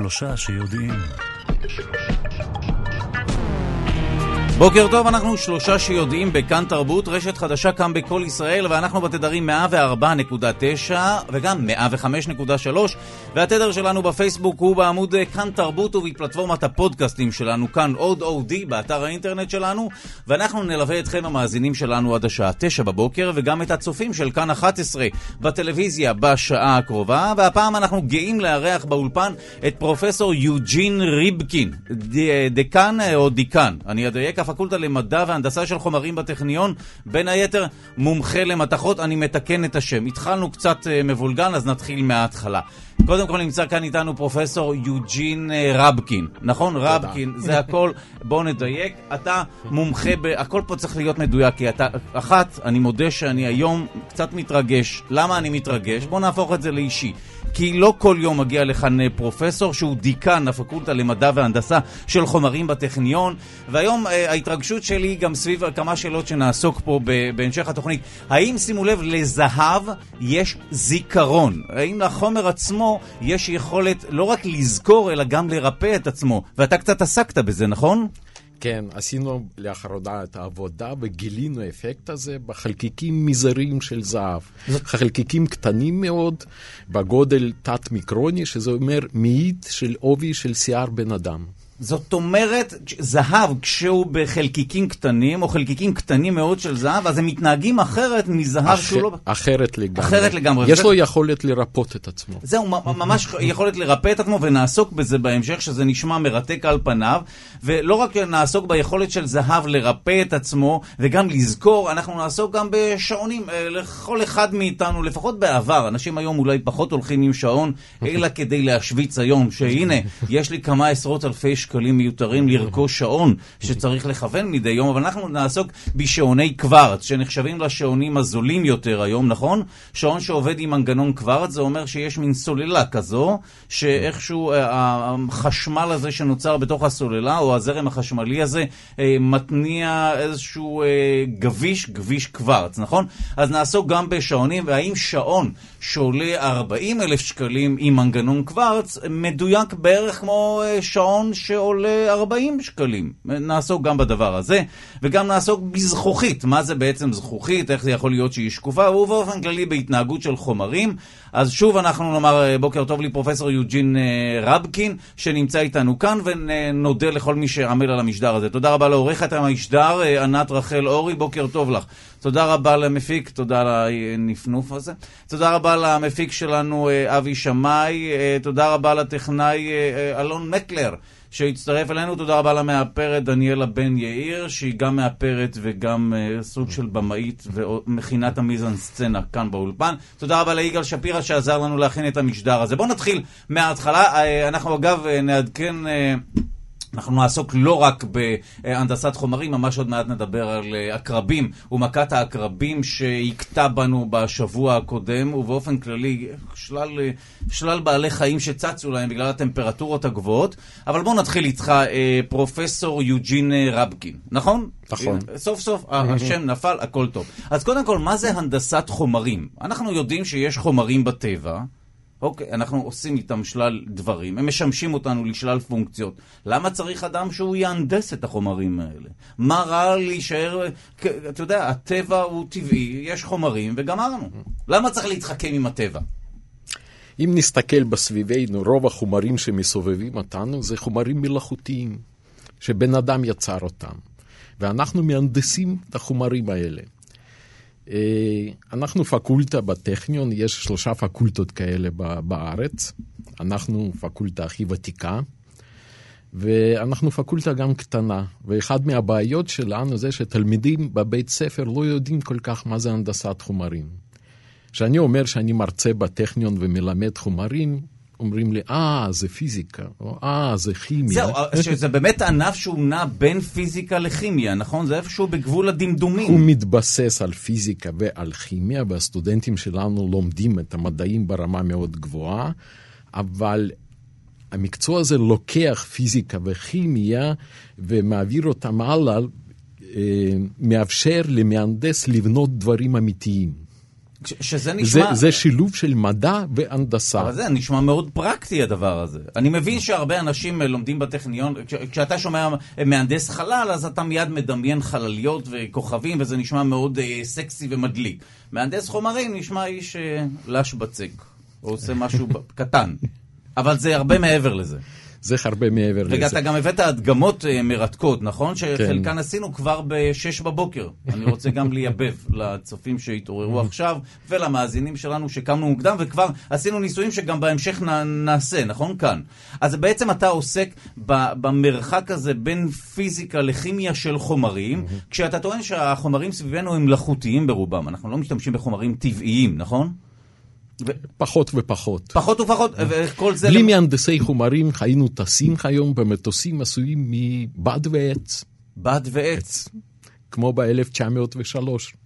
שלושה שיודעים. בוקר טוב, אנחנו שלושה שיודעים בכאן תרבות, רשת חדשה כאן בכל ישראל, ואנחנו בתדרים 104.9 וגם 105.3, והתדר שלנו בפייסבוק הוא בעמוד כאן תרבות ובפלטפורמת הפודקאסטים שלנו, כאן עוד אודי, באתר האינטרנט שלנו, ואנחנו נלווה אתכם המאזינים שלנו עד השעה 9 בבוקר, וגם את הצופים של כאן 11 בטלוויזיה בשעה הקרובה, והפעם אנחנו גאים לארח באולפן את פרופסור יוג'ין ריבקין, דקן או דיקן, אני אדייק, הפקולטה למדע והנדסה של חומרים בטכניון, בין היתר מומחה למתכות, אני מתקן את השם. התחלנו קצת מבולגן, אז נתחיל מההתחלה. קודם כל נמצא כאן איתנו פרופסור יוג'ין רבקין, נכון? רבקין, זה הכל, בואו נדייק, אתה מומחה, הכל פה צריך להיות מדויק, כי אתה, אני מודה שאני היום קצת מתרגש. למה אני מתרגש? בואו נהפוך את זה לאישי. כי לא כל יום מגיע לכאן פרופסור שהוא דיקן הפקולטה למדע והנדסה של חומרים בטכניון, והיום ההתרגשות שלי גם סביב כמה שאלות שנעסוק פה בהמשך התוכנית. האם, שימו לב, לזהב יש זיכרון? האם לחומר עצמו יש יכולת לא רק לזכור אלא גם לרפא את עצמו? ואתה קצת עסקת בזה, נכון? כן, עשינו לאחרונה את העבודה וגילינו האפקט הזה בחלקיקים מזעריים של זהב. חלקיקים קטנים מאוד, בגודל תת-מיקרוני, שזה אומר מאית של עובי של שיער בן אדם. זאת אומרת, זהב כשהוא בחלקיקים קטנים, או חלקיקים קטנים מאוד של זהב, אז הם מתנהגים אחרת מזהב שהוא לא... אחרת לגמרי. אחרת לגמרי. יש לו יכולת לרפות את עצמו. זהו, ממש יכולת לרפא את עצמו, ונעסוק בזה בהמשך, שזה נשמע מרתק על פניו, ולא רק נעסוק ביכולת של זהב לרפא את עצמו, וגם לזכור, אנחנו נעסוק גם בשעונים, לכל אחד מאיתנו, לפחות בעבר, אנשים היום אולי פחות הולכים עם שעון, אלא כדי להשוויץ היום, שהנה, יש לי כמה עשרות אלפי שקלים מיותרים לרכוש שעון שצריך לכוון מדי יום, אבל אנחנו נעסוק בשעוני קוורץ, שנחשבים לשעונים הזולים יותר היום, נכון? שעון שעובד עם מנגנון קוורץ, זה אומר שיש מין סוללה כזו, שאיכשהו החשמל הזה שנוצר בתוך הסוללה, או הזרם החשמלי הזה, מתניע איזשהו גביש קוורץ, נכון? אז נעסוק גם בשעונים, והאם שעון שעולה 40,000 שקלים עם מנגנון קוורץ, מדויק בערך כמו שעון שעולה 40 שקלים. נעסוק גם בדבר הזה, וגם נעסוק בזכוכית. מה זה בעצם זכוכית? איך זה יכול להיות שהיא שקופה? ובאופן כללי בהתנהגות של חומרים. אז שוב אנחנו נאמר בוקר טוב לי פרופסור יוג'ין רבקין, שנמצא איתנו כאן, ונודה לכל מי שעמל על המשדר הזה. תודה רבה לעורכת המשדר, ענת רחל אורי, בוקר טוב לך. תודה רבה למפיק, תודה על הנפנוף הזה. תודה רבה למפיק שלנו אבי שמאי, תודה רבה לטכנאי אלון מקלר שהצטרף אלינו, תודה רבה למאפרת דניאלה בן יאיר, שהיא גם מאפרת וגם סוג של במאית ומכינת המיזן סצנה כאן באולפן. תודה רבה ליגאל שפירה שעזר לנו להכין את המשדר הזה. בואו נתחיל מההתחלה. אנחנו אגב נעדכן, אנחנו נעסוק לא רק בהנדסת חומרים, ממש עוד מעט נדבר על הקרבים ומכת העקרבים שהקטע בנו בשבוע הקודם, ובאופן כללי שלל בעלי חיים שצצו להם בגלל הטמפרטורות הגבוהות. אבל בואו נתחיל איתך, פרופסור יוג'ין רבקין, נכון? נכון. סוף סוף השם נפל, הכל טוב. אז קודם כל, מה זה הנדסת חומרים? אנחנו יודעים שיש חומרים בטבע, אוקיי, אנחנו עושים איתם שלל דברים, הם משמשים אותנו לשלל פונקציות. למה צריך אדם שהוא יהנדס את החומרים האלה? מה רע להישאר, אתה יודע, הטבע הוא טבעי, יש חומרים וגמרנו. למה צריך להתחכם עם הטבע? אם נסתכל בסביבנו, רוב החומרים שמסובבים אותנו זה חומרים מלאכותיים, שבן אדם יצר אותם. ואנחנו מהנדסים את החומרים האלה. אנחנו פקולטה בטכניון, יש 3 פקולטות כאלה בארץ. אנחנו פקולטה הכי ותיקה, ואנחנו פקולטה גם קטנה. ואחד מהבעיות שלנו זה שתלמידים בבית ספר לא יודעים כל כך מה זה הנדסת חומרים. כשאני אומר שאני מרצה בטכניון ומלמד חומרים, אומרים לי, זה פיזיקה, או זה כימיה. זהו, שזה באמת ענף שהוא נע בין פיזיקה לכימיה, נכון? זה איפשהו בגבול הדמדומים. הוא מתבסס על פיזיקה ועל כימיה, והסטודנטים שלנו לומדים את המדעים ברמה מאוד גבוהה, אבל המקצוע הזה לוקח פיזיקה וכימיה, ומעביר אותם הלאה, מאפשר למהנדס לבנות דברים אמיתיים. שזה נשמע... זה שילוב של מדע והנדסה. אבל זה נשמע מאוד פרקטי הדבר הזה. אני מבין שהרבה אנשים לומדים בטכניון, כשאתה שומע מהנדס חלל, אז אתה מיד מדמיין חלליות וכוכבים, וזה נשמע מאוד סקסי ומדליק. מהנדס חומרים נשמע איש לש בצק, או עושה משהו קטן. אבל זה הרבה מעבר לזה. זה הרבה מעבר לזה. ואתה גם הבאת הדגמות מרתקות, נכון? שחלקן עשינו כבר ב-6 בבוקר. אני רוצה גם לייבב לצופים שהתעוררו עכשיו, ולמאזינים שלנו שקמנו מוקדם, וכבר עשינו ניסויים שגם בהמשך נעשה, נכון? כאן. אז בעצם אתה עוסק במרחק הזה בין פיזיקה לכימיה של חומרים, כשאתה טוען שהחומרים סביבנו הם מלאכותיים ברובם. אנחנו לא משתמשים בחומרים טבעיים, נכון? פחות ופחות. פחות ופחות, וכל זה... בלי מהנדסי חומרים היינו טסים היום במטוסים עשויים מבד ועץ. בד ועץ. כמו ב-1903.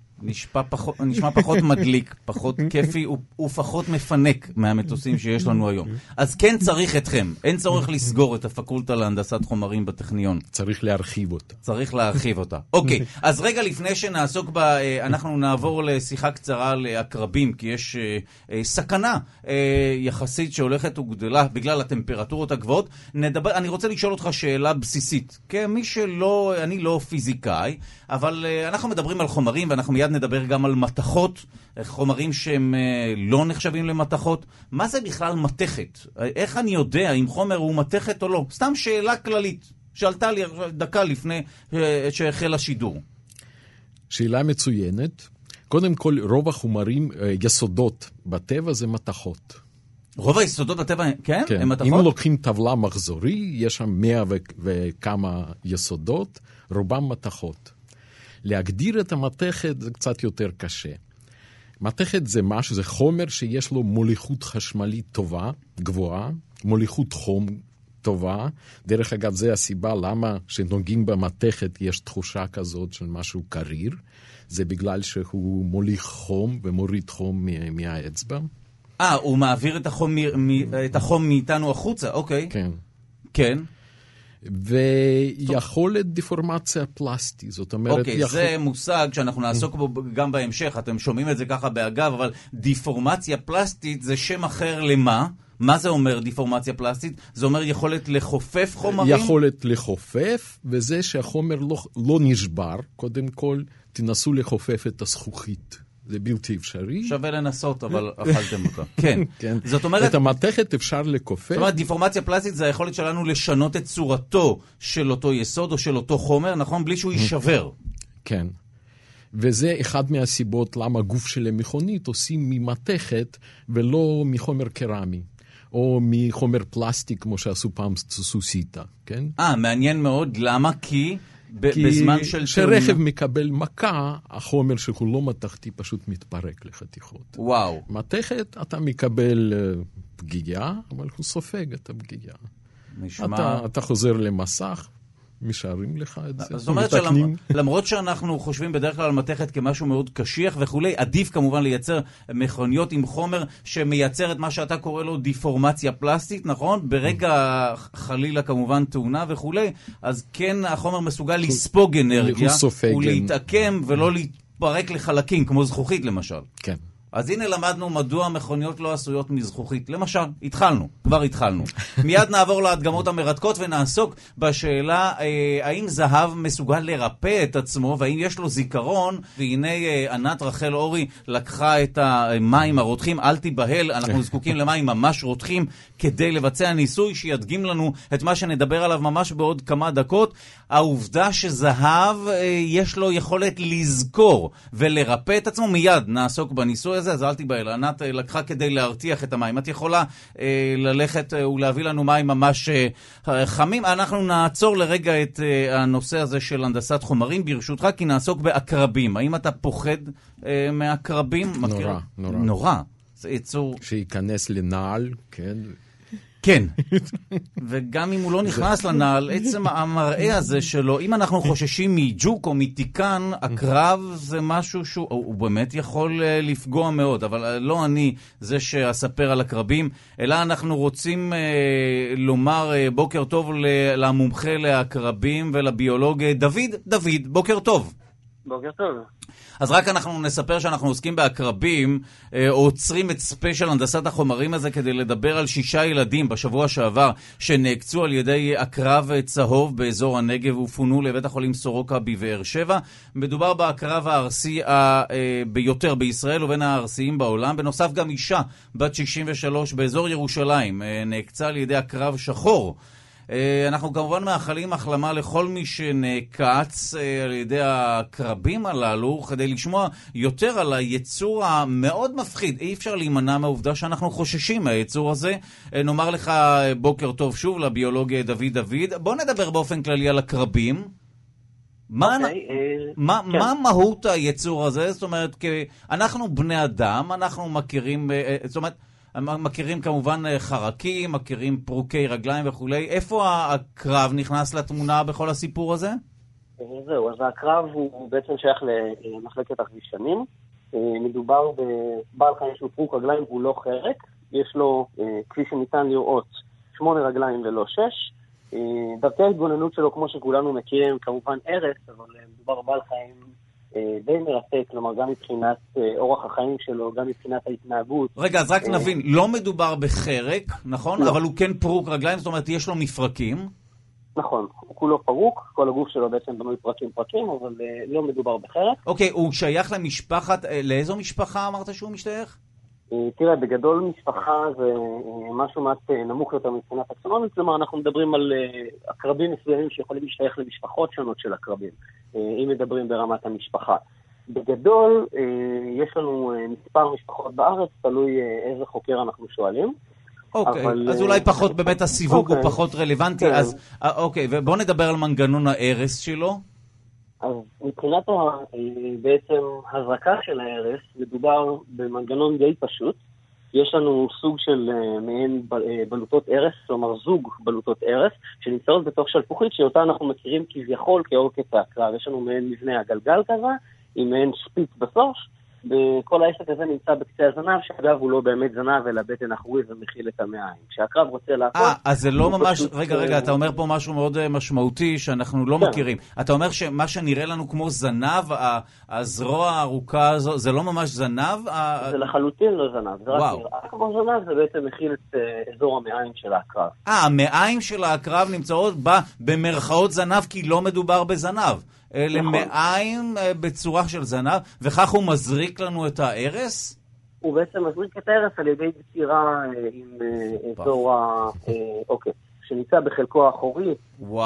נשמע פחות מדליק, פחות כיפי ופחות מפנק מהמטוסים שיש לנו היום. אז כן צריך אתכם. אין צורך לסגור את הפקולטה להנדסת חומרים בטכניון. צריך להרחיב אותה. צריך להרחיב אותה. אוקיי, אז רגע לפני שנעסוק בה, אנחנו נעבור לשיחה קצרה לעקרבים, כי יש סכנה יחסית שהולכת וגדלה בגלל הטמפרטורות הגבוהות. אני רוצה לשאול אותך שאלה בסיסית. כמי שלא, אני לא פיזיקאי, אבל אנחנו מדברים על חומרים ואנחנו מיד נדבר גם על מתכות, חומרים שהם לא נחשבים למתכות. מה זה בכלל מתכת? איך אני יודע אם חומר הוא מתכת או לא? סתם שאלה כללית, שעלתה לי דקה לפני שהחל השידור. שאלה מצוינת. קודם כל, רוב החומרים, יסודות בטבע זה מתכות. רוב היסודות בטבע, כן? כן. הם מתכות? אם לוקחים טבלה מחזורי, יש שם 100 וכמה יסודות, רובם מתכות. להגדיר את המתכת זה קצת יותר קשה. מתכת זה משהו, זה חומר שיש לו מוליכות חשמלית טובה, גבוהה, מוליכות חום טובה. דרך אגב, זה הסיבה למה שנוגעים במתכת יש תחושה כזאת של משהו קריר. זה בגלל שהוא מוליך חום ומוריד חום מהאצבע. הוא מעביר את החום מאיתנו החוצה, אוקיי. כן. כן. ויכולת דיפורמציה פלסטית, זאת אומרת... אוקיי, זה מושג שאנחנו נעסוק בו גם בהמשך, אתם שומעים את זה ככה באגב, אבל דיפורמציה פלסטית זה שם אחר למה? מה זה אומר דיפורמציה פלסטית? זה אומר יכולת לחופף חומרים? יכולת לחופף, וזה שהחומר לא נשבר, קודם כל תנסו לחופף את הזכוכית. זה בלתי אפשרי. שווה לנסות, אבל אכלתם אותה. כן. כן. זאת אומרת... את המתכת אפשר לקופף. זאת אומרת, דיפורמציה פלסטית זה היכולת שלנו לשנות את צורתו של אותו יסוד או של אותו חומר, נכון? בלי שהוא יישבר. כן. וזה אחד מהסיבות למה גוף של המכונית עושים ממתכת ולא מחומר קרמי. או מחומר פלסטיק, כמו שעשו פעם סוסיטה, כן? מעניין מאוד. למה? כי בזמן של... כשרכב מקבל מכה, החומר שהוא לא מתכתי פשוט מתפרק לחתיכות. וואו. מתכת, אתה מקבל פגיעה, אבל הוא סופג את הפגיעה. נשמע... אתה חוזר למסך, משארים לך את זה. זאת אומרת שלמרות שאנחנו חושבים בדרך כלל על מתכת כמשהו מאוד קשיח וכולי, עדיף כמובן לייצר מכוניות עם חומר שמייצר את מה שאתה קורא לו דיפורמציה פלסטית, נכון? ברגע חלילה כמובן תאונה וכולי, אז כן החומר מסוגל לספוג אנרגיה, ולהתעקם ולא להתפרק לחלקים, כמו זכוכית למשל. כן. אז הנה למדנו מדוע מכוניות לא עשויות מזכוכית. למשל, כבר התחלנו. מיד נעבור להדגמות המרתקות ונעסוק בשאלה האם זהב מסוגל לרפא את עצמו והאם יש לו זיכרון. והנה ענת רחל אורי לקחה את המים הרותחים, אל תיבהל, אנחנו זקוקים למים ממש רותחים כדי לבצע ניסוי שידגים לנו את מה שנדבר עליו ממש בעוד כמה דקות. העובדה שזהב יש לו יכולת לזכור ולרפא את עצמו, מיד נעסוק בניסוי הזה, אז אל תיבהל. ענת לקחה כדי להרתיח את המים. את יכולה ללכת ולהביא לנו מים ממש חמים. אנחנו נעצור לרגע את הנושא הזה של הנדסת חומרים, ברשותך, כי נעסוק בעקרבים. האם אתה פוחד מעקרבים? נורא, נורא. נורא. זה יצור... שיכנס לנעל, כן. כן. וגם אם הוא לא נכנס לנעל, עצם המראה הזה שלו, אם אנחנו חוששים מג'וק או מתיקן, הקרב זה משהו שהוא באמת יכול לפגוע מאוד, אבל לא אני זה שאספר על הקרבים, אלא אנחנו רוצים לומר בוקר טוב למומחה להקרבים ולביולוג דוד, בוקר טוב. בוקר טוב. אז רק אנחנו נספר שאנחנו עוסקים בעקרבים, עוצרים את ספיישל הנדסת החומרים הזה כדי לדבר על 6 ילדים בשבוע שעבר שנעקצו על ידי עקרב צהוב באזור הנגב ופונו לבית החולים סורוקה בבאר שבע. מדובר בעקרב הארסי ביותר בישראל ובין הארסיים בעולם. בנוסף גם אישה בת 63 באזור ירושלים נעקצה על ידי עקרב שחור. אנחנו כמובן מאחלים החלמה לכל מי שנעקץ על ידי הקרבים הללו. כדי לשמוע יותר על היצור המאוד מפחיד, אי אפשר להימנע מהעובדה שאנחנו חוששים מהיצור הזה. נאמר לך בוקר טוב שוב לביולוג דוד. בוא נדבר באופן כללי על הקרבים. מה מהות היצור הזה? זאת אומרת, אנחנו בני אדם, אנחנו מכירים, זאת אומרת, מכירים כמובן חרקים, מכירים פרוקי רגליים וכולי. איפה הקרב נכנס לתמונה בכל הסיפור הזה? זהו, אז הקרב הוא בעצם שייך למחלקת החבישנים. מדובר בבעל חיים שהוא פרוק רגליים והוא לא חרק. יש לו, כפי שניתן לראות, 8 רגליים ולא 6. דרכי ההתגוננות שלו, כמו שכולנו מכירים, כמובן ארץ, אבל מדובר בבעל חיים די מרתק, כלומר גם מבחינת אורח החיים שלו, גם מבחינת ההתנהגות. רגע, אז רק נבין, לא מדובר בחרק, נכון? לא. אבל הוא כן פרוק רגליים, זאת אומרת יש לו מפרקים. נכון, הוא כולו פרוק, כל הגוף שלו בעצם בנוי פרקים, אבל לא מדובר בחרק. אוקיי, הוא שייך למשפחת, לאיזו משפחה אמרת שהוא משתייך? תראה, בגדול משפחה זה משהו מעט נמוך יותר מבחינת טקסונומית, כלומר אנחנו מדברים על עקרבים מסוימים שיכולים להשתייך למשפחות שונות של עקרבים, אם מדברים ברמת המשפחה. בגדול יש לנו מספר משפחות בארץ, תלוי איזה חוקר אנחנו שואלים. אוקיי, אז אולי פחות באמת הסיווג הוא פחות רלוונטי, אז אוקיי, ובוא נדבר על מנגנון ההרס שלו. אז מבחינת בעצם הזרקה של ההרס, מדובר במנגנון די פשוט. יש לנו סוג של מעין בלוטות הרס, כלומר זוג בלוטות הרס, שנמצאות בתוך שלפוחית, שאותה אנחנו מכירים כביכול כעוקץ העקרב. יש לנו מעין מבנה הגלגל כזה, עם מעין שפיץ בסוף, וכל העסק הזה נמצא בקצה הזנב, שאגב הוא לא באמת זנב, אלא בטן אחורי ומכיל את המעיים. כשהקרב רוצה לעקוב... אז זה לא ממש... רגע, אתה אומר פה משהו מאוד משמעותי שאנחנו לא מכירים. אתה אומר שמה שנראה לנו כמו זנב, הזרוע הארוכה הזו, זה לא ממש זנב? זה לחלוטין לא זנב. זה רק נראה כמו זנב, זה בעצם מכיל את אזור המעיים של הקרב. המעיים של הקרב נמצאות במרכאות זנב, כי לא מדובר בזנב. למעיים בצורה של זנב, וכך הוא מזריק לנו את ההרס? הוא בעצם מזריק את ההרס על ידי בצירה עם אזור העוקץ, שנמצא בחלקו האחורי,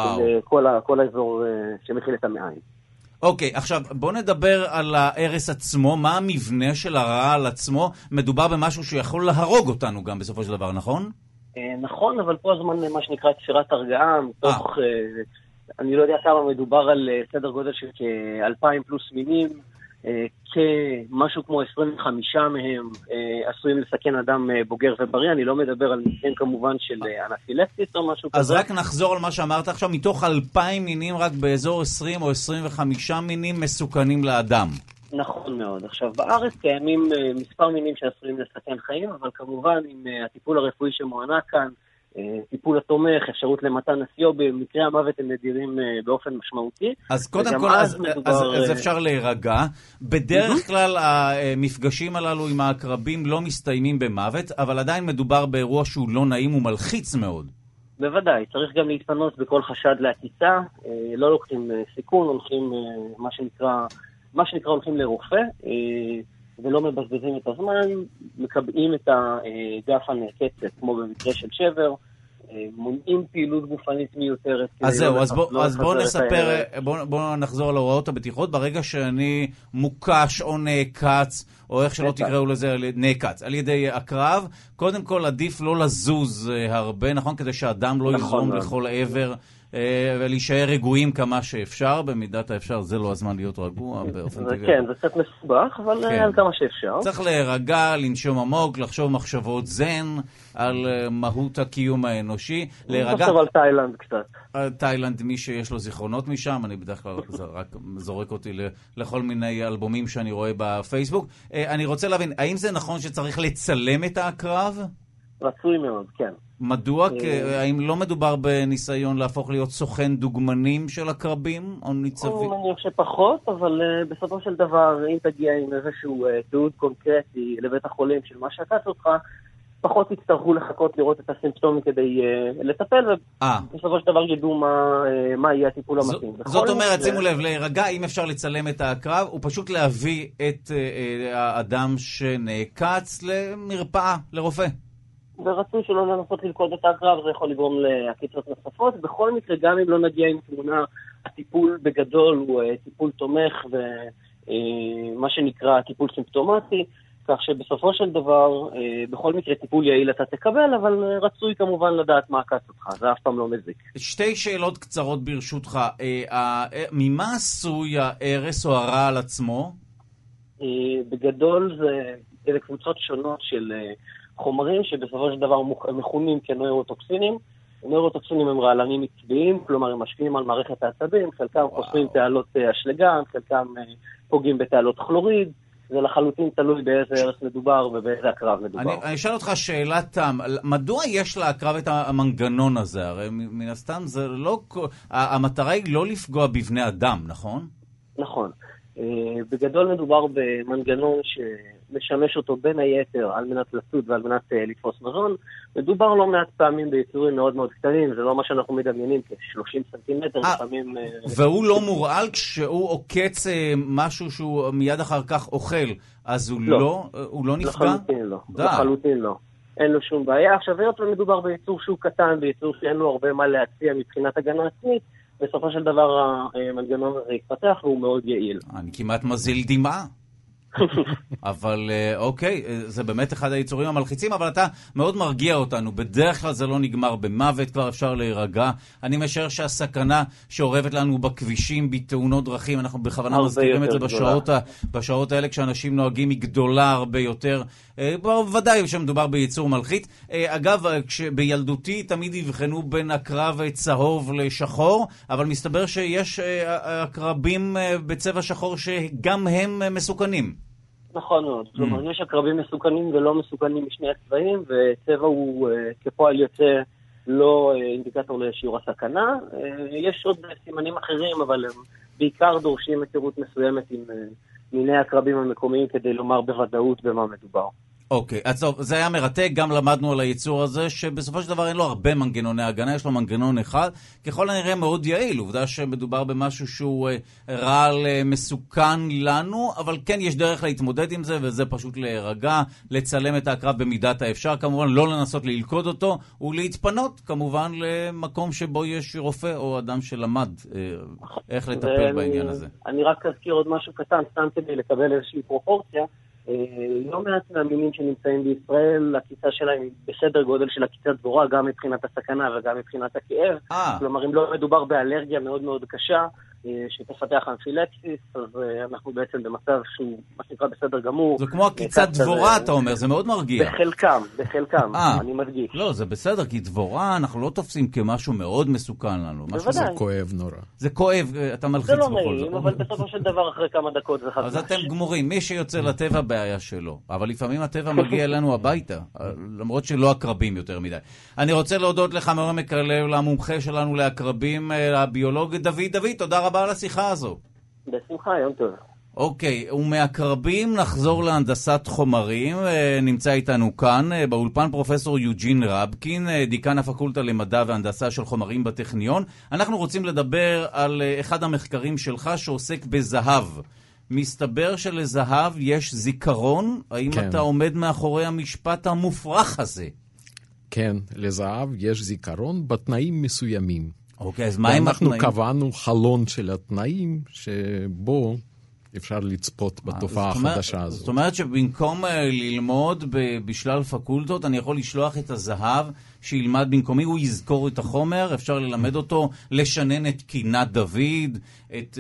כל האזור שמכיל את המעיים. אוקיי, עכשיו בוא נדבר על ההרס עצמו. מה המבנה של הרעל עצמו? מדובר במשהו שיכול להרוג אותנו גם בסופו של דבר, נכון? נכון, אבל פה הזמן מה שנקרא תפירת הרגעה, מתוך... אני לא יודע כמה מדובר על סדר גודל של כ-2,000 פלוס מינים, כמשהו כמו 25 מהם עשויים לסכן אדם בוגר ובריא. אני לא מדבר על מקרים כמובן של אנפילקסיס או משהו כזה. אז רק נחזור על מה שאמרת עכשיו, מתוך 2,000 מינים רק באזור 20 או 25 מינים מסוכנים לאדם. נכון מאוד. עכשיו, בארץ קיימים מספר מינים שעשויים לסכן חיים, אבל כמובן עם הטיפול הרפואי שמוענק כאן, טיפול התומך, אפשרות למתן הסיוע, במקרה המוות הם נדירים באופן משמעותי. אז קודם כל, אז אפשר להירגע. בדרך כלל המפגשים הללו עם העקרבים לא מסתיימים במוות, אבל עדיין מדובר באירוע שהוא לא נעים ומלחיץ מאוד. בוודאי, צריך גם להתפנות בכל חשד לעקיצה, לא לוקחים סיכון, הולכים מה שנקרא הולכים לרופא, ולא מבזבזים את הזמן, מקבעים את הגף הנעקצת, כמו במקרה של שבר, מונעים פעילות גופנית מיותרת. אז זהו, אז בואו נספר, בואו נחזור להוראות הבטיחות. ברגע שאני מוקש או נעקץ, או איך שלא תקראו לזה, נעקץ, על ידי הקרב, קודם כל עדיף לא לזוז הרבה, נכון? כדי שהאדם לא יזרום לכל עבר, ולהישאר רגועים כמה שאפשר, במידת האפשר. זה לא הזמן להיות רגוע באופן טבעי. כן, זה קצת מסובך, אבל על כמה שאפשר. צריך להירגע, לנשום עמוק, לחשוב מחשבות זן על מהות הקיום האנושי. לחשוב על תאילנד קצת. תאילנד, מי שיש לו זיכרונות משם, אני בדרך כלל רק זורק אותי לכל מיני אלבומים שאני רואה בפייסבוק. אני רוצה להבין, האם זה נכון שצריך לצלם את הקרב? רצוי מאוד, כן. מדוע? האם לא מדובר בניסיון להפוך להיות סוכן דוגמנים של הקרבים או ניצבים? אני חושב שפחות, אבל בסופו של דבר, אם תגיע עם איזשהו תיעוד קונקרטי לבית החולים של מה שעקץ אותך, פחות יצטרכו לחכות לראות את הסימפטומים כדי לטפל, ובסופו של דבר ידעו מה יהיה הטיפול המתאים. זאת אומרת, שימו לב, להירגע, אם אפשר לצלם את הקרב, הוא פשוט להביא את האדם שנעקץ למרפאה, לרופא. ורצוי שלא לנסות ללכוד את הקרב, זה יכול לגרום לעקיצות נוספות. בכל מקרה, גם אם לא נגיע עם תמונה, הטיפול בגדול הוא טיפול תומך ומה שנקרא טיפול סימפטומטי, כך שבסופו של דבר, בכל מקרה טיפול יעיל אתה תקבל, אבל רצוי כמובן לדעת מה עקץ אותך, זה אף פעם לא מזיק. שתי שאלות קצרות ברשותך, ממה עשוי ההרס או הרעל עצמו? בגדול זה קבוצות שונות של חומרים שבסופו של דבר מכונים כנוירוטוקסינים. נוירוטוקסינים הם רעלנים עצביים, כלומר הם משפיעים על מערכת העצבים, חלקם חוסמים תעלות אשלגן, חלקם פוגעים בתעלות כלוריד, זה לחלוטין תלוי באיזה ערס מדובר ובאיזה הקרב מדובר. אני אשאל אותך שאלה תם, מדוע יש להקרב את המנגנון הזה? הרי מן הסתם זה לא, המטרה היא לא לפגוע בבני אדם, נכון? נכון. בגדול מדובר במנגנון שמשמש אותו בין היתר על מנת לצוד ועל מנת לתפוס מזון. מדובר לא מעט פעמים ביצורים מאוד מאוד קטנים, זה לא מה שאנחנו מדמיינים, כ-30 סנטימטר לפעמים. והוא לא מורעל כשהוא עוקץ משהו שהוא מיד אחר כך אוכל, אז הוא לא נפגע? לחלוטין לא, לחלוטין לא. אין לו שום בעיה. עכשיו, היות ומדובר ביצור שהוא קטן, ביצור שאין לו הרבה מה להציע מבחינת הגנה עצמית, בסופו של דבר המנגנון הזה יתפתח והוא מאוד יעיל. אני כמעט מזיל דמעה. אבל אוקיי, זה באמת אחד היצורים המלחיצים, אבל אתה מאוד מרגיע אותנו. בדרך כלל זה לא נגמר במוות, כבר אפשר להירגע. אני משער שהסכנה שעורבת לנו בכבישים, בתאונות דרכים, אנחנו בכוונה מזכירים את זה בשעות האלה כשאנשים נוהגים, היא גדולה הרבה יותר. ודאי שמדובר ביצור מלחיץ. אגב, בילדותי תמיד הבחנו בין הקרב צהוב לשחור, אבל מסתבר שיש הקרבים בצבע שחור שגם הם מסוכנים. נכון מאוד. כלומר, יש הקרבים מסוכנים ולא מסוכנים משני הצבעים, וצבע הוא כפועל יוצא לא אינדיקטור לשיעור הסכנה. יש עוד סימנים אחרים, אבל הם בעיקר דורשים היכרות מסוימת עם מיני הקרבים המקומיים כדי לומר בוודאות במה מדובר. אוקיי, אז טוב, זה היה מרתק, גם למדנו על היצור הזה, שבסופו של דבר אין לו הרבה מנגנוני הגנה, יש לו מנגנון אחד, ככל הנראה מאוד יעיל, עובדה שמדובר במשהו שהוא רעל מסוכן לנו, אבל כן יש דרך להתמודד עם זה, וזה פשוט להירגע, לצלם את הקרב במידת האפשר, כמובן לא לנסות ללכוד אותו, ולהתפנות כמובן למקום שבו יש רופא או אדם שלמד איך לטפל בעניין הזה. אני רק אזכיר עוד משהו קטן, סתם כדי לקבל איזושהי פרופורציה, לא מעט מהמינים שנמצאים בישראל, הקיצה שלהם היא בסדר גודל של הקיצת דבורה, גם מבחינת הסכנה וגם מבחינת הכאב. כלומר, אם לא מדובר באלרגיה מאוד מאוד קשה, שתפתח אנפילקסיס, אז אנחנו בעצם במצב שהוא מה שנקרא בסדר גמור. זה כמו הקיצת דבורה, אתה אומר, זה מאוד מרגיע. בחלקם, אני מדגיש. לא, זה בסדר, כי דבורה אנחנו לא תופסים כמשהו מאוד מסוכן לנו. זה כואב נורא. זה כואב, אתה מלחיץ בכל זאת. זה לא נעים, אבל בסופו של דבר אחרי כמה דקות זה חזק. אז אתם גמורים, מי שיוצא לטבע בעיה שלו, אבל לפעמים הטבע מגיע אלינו הביתה, למרות שלא הקרבים יותר מדי. אני רוצה להודות לך מעומק הלב למומחה שלנו להקרבים, הביולוג דוד, תודה רבה על השיחה הזו. בשמחה, יום טוב. אוקיי, ומהקרבים נחזור להנדסת חומרים, נמצא איתנו כאן באולפן פרופסור יוג'ין רבקין, דיקן הפקולטה למדע והנדסה של חומרים בטכניון. אנחנו רוצים לדבר על אחד המחקרים שלך שעוסק בזהב. מסתבר שלזהב יש זיכרון, האם כן. אתה עומד מאחורי המשפט המופרך הזה? כן, לזהב יש זיכרון בתנאים מסוימים. אוקיי, אז מה עם התנאים? אנחנו קבענו חלון של התנאים שבו אפשר לצפות בתופעה החדשה הזאת. זאת אומרת שבמקום ללמוד בשלל פקולטות, אני יכול לשלוח את הזהב שילמד במקומי, הוא יזכור את החומר, אפשר ללמד אותו, לשנן את קינת דוד, את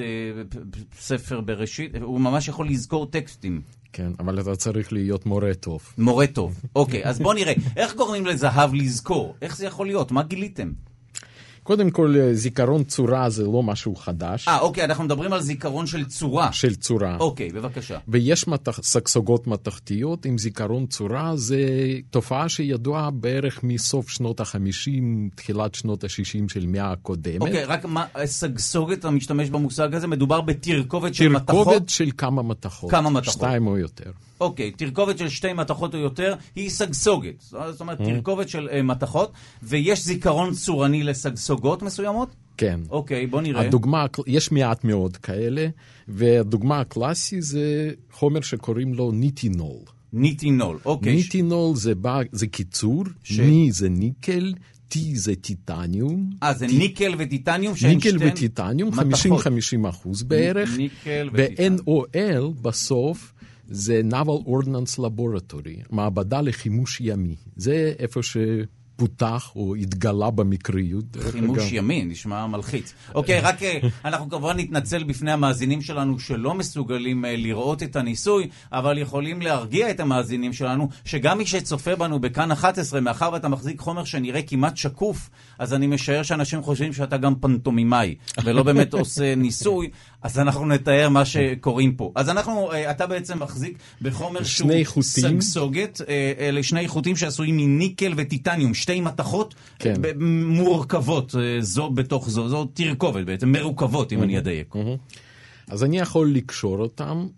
ספר בראשית, הוא ממש יכול לזכור טקסטים. כן, אבל אתה צריך להיות מורה טוב. מורה טוב, אוקיי, אז בוא נראה, איך גורמים לזהב לזכור? איך זה יכול להיות? מה גיליתם? קודם כל, זיכרון צורה זה לא משהו חדש. אוקיי, אנחנו מדברים על זיכרון של צורה. של צורה. אוקיי, בבקשה. ויש סגסוגות מתכתיות עם זיכרון צורה, זה תופעה שידועה בערך מסוף שנות ה-50, תחילת שנות ה-60 של מאה הקודמת. אוקיי, רק מה, סגסוגת, אתה משתמש במושג הזה, מדובר בתרכובת של מתכות? תרכובת של כמה מתכות. כמה מתכות. 2 או יותר. אוקיי, תרכובת של 2 מתכות או יותר היא סגסוגת. זאת אומרת, תרכובת של מתכות, ויש זיכרון צורני לסגסוגות מסוימות? כן. אוקיי, בוא נראה. יש מעט מאוד כאלה, והדוגמה הקלאסי זה חומר שקוראים לו ניטינול. ניטינול, אוקיי. ניטינול זה קיצור, ני זה ניקל, T זה טיטניום. זה ניקל וטיטניום שהן שתיהן ניקל וטיטניום, 50-50% בערך. ניקל וטיטניום. ו-NOL בסוף זה Naval Ordnance Laboratory, מעבדה לחימוש ימי. זה איפה שפותח או התגלה במקריות. חימוש ימי, נשמע מלחיץ. אוקיי, רק אנחנו כמובן נתנצל בפני המאזינים שלנו שלא מסוגלים לראות את הניסוי, אבל יכולים להרגיע את המאזינים שלנו, שגם מי שצופה בנו בכאן 11, מאחר ואתה מחזיק חומר שנראה כמעט שקוף, אז אני משער שאנשים חושבים שאתה גם פנטומימאי, ולא באמת עושה ניסוי, אז אנחנו נתאר מה שקוראים פה. אז אתה בעצם מחזיק בחומר שהוא סגסוגת, אלה שני איכותים שעשויים מניקל וטיטניום, 2 מתכות מורכבות, זו בתוך זו, זו תרכובת בעצם, מרוכבות אם אני אדייק. אז אני יכול לקשור אותם,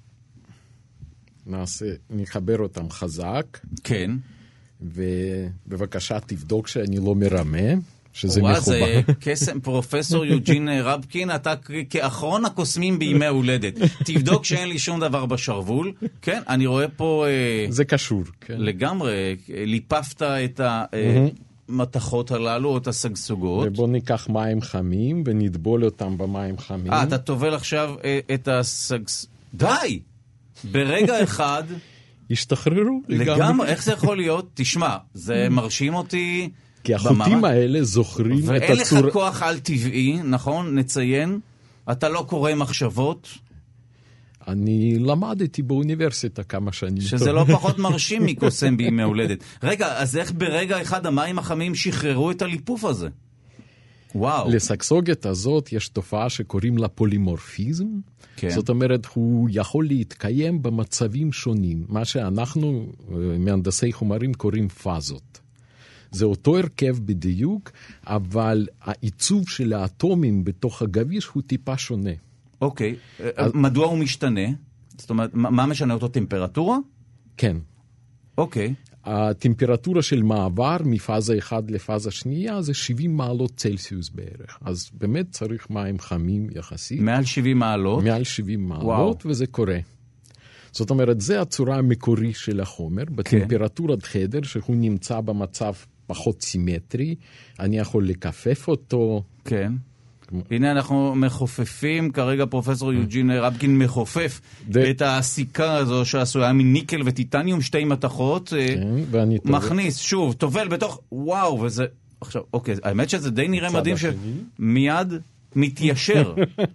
נחבר אותם חזק. כן. ובבקשה תבדוק שאני לא מרמה. שזה מחובר. זה קסם, פרופסור יוג'ין רבקין, אתה כאחרון הקוסמים בימי הולדת. תבדוק שאין לי שום דבר בשרוול. כן, אני רואה פה... זה קשור. כן. לגמרי, ליפפת את המתכות הללו, או את הסגסוגות. ובוא ניקח מים חמים ונטבול אותם במים חמים. אתה טובל עכשיו את די! ברגע אחד... השתחררו לגמרי. איך זה יכול להיות? תשמע, זה מרשים אותי... כי החוטים האלה זוכרים את הצורה... ואין לך כוח על טבעי, נכון? נציין. אתה לא קורא מחשבות. אני למדתי באוניברסיטה כמה שנים. שזה לא פחות מרשים מקוסם בימי הולדת. רגע, אז איך ברגע אחד המים החמים שחררו את הליפוף הזה? וואו. לסגסוגת הזאת יש תופעה שקוראים לה פולימורפיזם. כן. זאת אומרת, הוא יכול להתקיים במצבים שונים. מה שאנחנו, מהנדסי חומרים, קוראים פאזות. זה אותו הרכב בדיוק, אבל העיצוב של האטומים בתוך הגביש הוא טיפה שונה. אוקיי. מדוע הוא משתנה? זאת אומרת, מה משנה אותו? טמפרטורה? כן. אוקיי. הטמפרטורה של מעבר מפאזה 1 לפאזה שנייה זה 70 מעלות צלסיוס בערך. אז באמת צריך מים חמים יחסית. מעל 70 מעלות? מעל 70 מעלות, וזה קורה. זאת אומרת, זה הצורה המקורי של החומר, בטמפרטורת חדר, שהוא נמצא במצב פחות סימטרי, אני יכול לקפף אותו. כן. הנה אנחנו מחופפים, כרגע פרופסור יוג'ין רבקין מחופף את הסיכה הזו שעשויה מניקל וטיטניום, 2 מתכות, מכניס, שוב, תובל בתוך, וואו, וזה, עכשיו, אוקיי, האמת שזה די נראה מדהים שמיד מתיישר.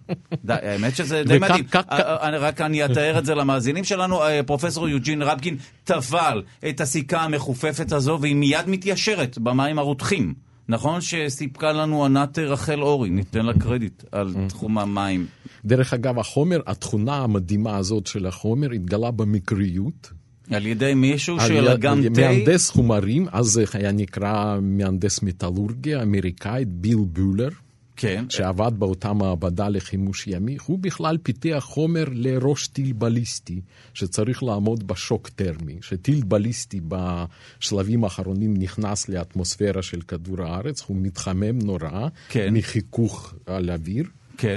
האמת שזה די מדהים. רק אני אתאר את זה למאזינים שלנו, פרופסור יוג'ין רבקין טבל את הסיכה המחופפת הזו, והיא מיד מתיישרת במים הרותחים. נכון שסיפקה לנו ענת רחל אורי, ניתן לה קרדיט על תחום המים. דרך אגב, התכונה המדהימה הזאת של החומר התגלה במקריות. על ידי מישהו של גם מהנדס חומרים, אז זה היה נקרא מהנדס מטלורגיה אמריקאית, ביל בולר. כן. שעבד באותה מעבדה לחימוש ימי, הוא בכלל פיתח חומר לראש טיל בליסטי, שצריך לעמוד בשוק טרמי, שטיל בליסטי בשלבים האחרונים נכנס לאטמוספירה של כדור הארץ, הוא מתחמם נורא, כן. מחיכוך על אוויר, כן.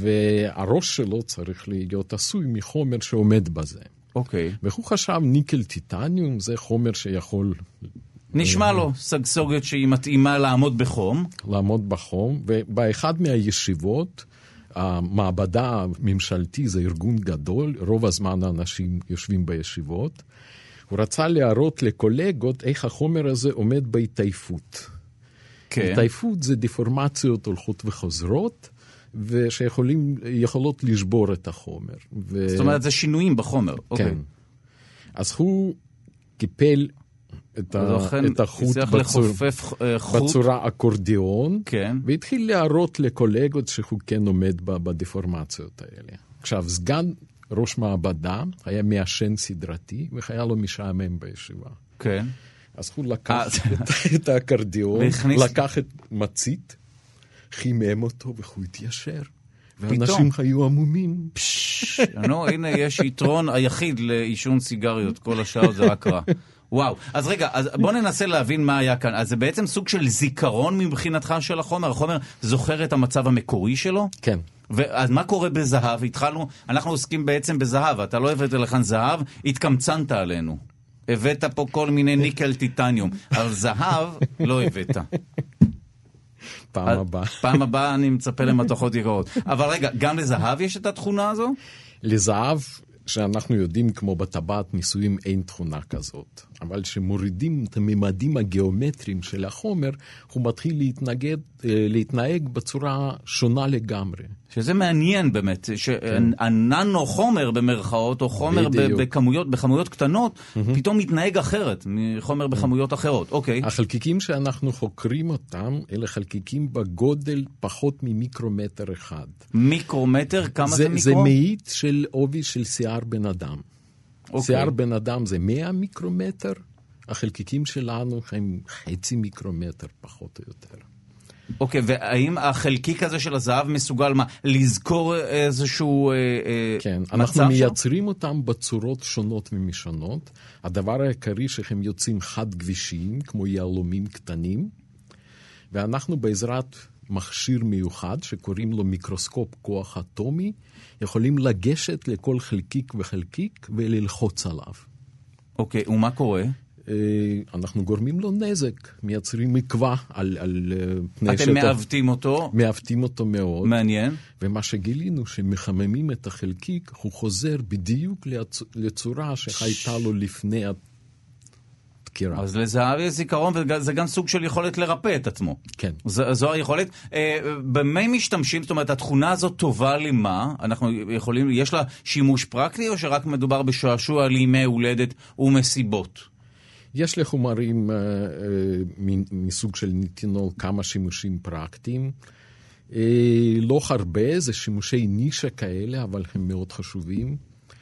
והראש שלו צריך להיות עשוי מחומר שעומד בזה. אוקיי. והוא חשב ניקל טיטניום, זה חומר שיכול... נשמע לו סגסוגת שהיא מתאימה לעמוד בחום. לעמוד בחום, ובאחד מהישיבות, המעבדה הממשלתי זה ארגון גדול, רוב הזמן האנשים יושבים בישיבות, הוא רצה להראות לקולגות איך החומר הזה עומד בהתעייפות. כן. התעייפות זה דפורמציות הולכות וחוזרות, ושיכולות לשבור את החומר. זאת אומרת, זה שינויים בחומר. כן. אז הוא קיפל את החוט בצורה אקורדיון, כן. והתחיל להראות לקולגות שהוא כן עומד בדפורמציות האלה. עכשיו, סגן ראש מעבדה היה מעשן סדרתי, והיה לו משעמם בישיבה. כן. אז הוא לקח את האקורדיון, לקח את מצית, חימם אותו, והוא התיישר. ואנשים היו עמומים. הנה, יש יתרון היחיד לעישון סיגריות, כל השאר זה רק רע. וואו, אז רגע, בוא ננסה להבין מה היה כאן. אז זה בעצם סוג של זיכרון מבחינתך של החומר? החומר זוכר את המצב המקורי שלו? כן. אז מה קורה בזהב? אנחנו עוסקים בעצם בזהב, אתה לא הבאת לכאן זהב, התקמצנת עלינו. הבאת פה כל מיני ניקל טיטניום, אבל זהב לא הבאת. פעם הבאה אני מצפה למתכות יקרות. אבל רגע, גם לזהב יש את התכונה הזו? לזהב, שאנחנו יודעים כמו בטבעת ניסויים אין תכונה כזאת. אבל שמורידים את הממדים הגיאומטריים של החומר, הוא מתחיל להתנהג בצורה שונה לגמרי. שזה מעניין באמת, שהננו חומר במרכאות, או חומר בכמויות קטנות, פתאום מתנהג אחרת מחומר בכמויות אחרות. אוקיי. החלקיקים שאנחנו חוקרים אותם, אלה חלקיקים בגודל פחות ממיקרומטר אחד. מיקרומטר? כמה זה מיקרו? זה מאית של עובי של שיער בן אדם. שיער בן אדם זה 100 מיקרומטר, החלקיקים שלנו הם חצי מיקרומטר פחות או יותר. אוקיי, והאם החלקיק הזה של הזהב מסוגל מה? לזכור איזשהו כן, אנחנו מייצרים אותם בצורות שונות ומשונות. הדבר העיקרי שהם יוצאים חד גבישיים, כמו יהלומים קטנים, ואנחנו בעזרת מכשיר מיוחד שקוראים לו מיקרוסקופ כוח אטומי, יכולים לגשת לכל חלקיק וחלקיק וללחוץ עליו. אוקיי, ומה קורה? אנחנו גורמים לו נזק, מייצרים מקווה על פני שטח. אתם מעוותים אותו? מעוותים אותו מאוד. מעניין. ומה שגילינו, שמחממים את החלקיק, הוא חוזר בדיוק לצורה שהייתה לו לפני הדקירה. אז לזהב יש זיכרון, וזה גם סוג של יכולת לרפא את עצמו. כן. זו היכולת. במה משתמשים? זאת אומרת, התכונה הזאת טובה למה? אנחנו יכולים, יש לה שימוש פרקטי, או שרק מדובר בשעשוע לימי הולדת ומסיבות? יש לחומרים מסוג של ניטינול כמה שימושים פרקטיים. לא הרבה, זה שימושי נישה כאלה, אבל הם מאוד חשובים.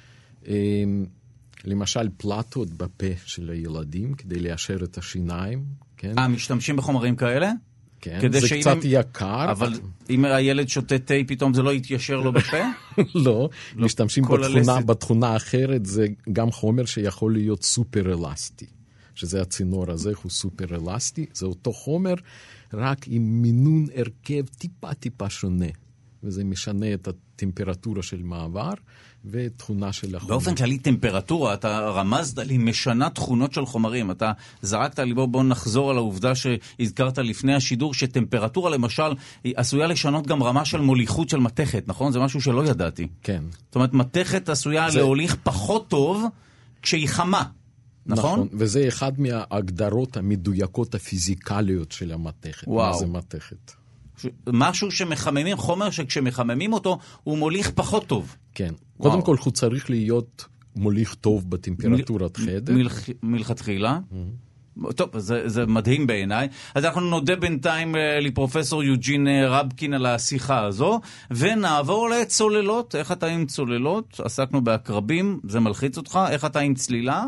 למשל פלטות בפה של הילדים, כדי ליישר את השיניים. כן? משתמשים בחומרים כאלה? כן, זה קצת יקר. אבל אם הילד שותה תה, פתאום זה לא יתיישר לו בפה? לא, משתמשים בתכונה אחרת, זה גם חומר שיכול להיות סופר אלסטי. שזה הצינור הזה, הוא סופר אלסטי, זה אותו חומר, רק עם מינון הרכב טיפה שונה. וזה משנה את הטמפרטורה של מעבר, ותכונה של החומר. באופן כללי טמפרטורה, אתה רמזת לי, משנה תכונות של חומרים. אתה זרקת לי, בוא נחזור על העובדה שהזכרת לפני השידור, שטמפרטורה למשל, היא עשויה לשנות גם רמה של מוליכות של מתכת, נכון? זה משהו שלא ידעתי. כן. זאת אומרת, מתכת עשויה להוליך פחות טוב כשהיא חמה. נכון? וזה אחד מההגדרות המדויקות הפיזיקליות של המתכת. מה זה מתכת? משהו שמחממים, חומר שכשמחממים אותו הוא מוליך פחות טוב. כן. קודם כל הוא צריך להיות מוליך טוב בטמפרטורת חדר. מלכתחילה. טוב, זה מדהים בעיניי. אז אנחנו נודה בינתיים לפרופסור יוג'ין רבקין על השיחה הזו, ונעבור לצוללות. איך אתה עם צוללות? עסקנו בהקרבים, זה מלחיץ אותך. איך אתה עם צלילה?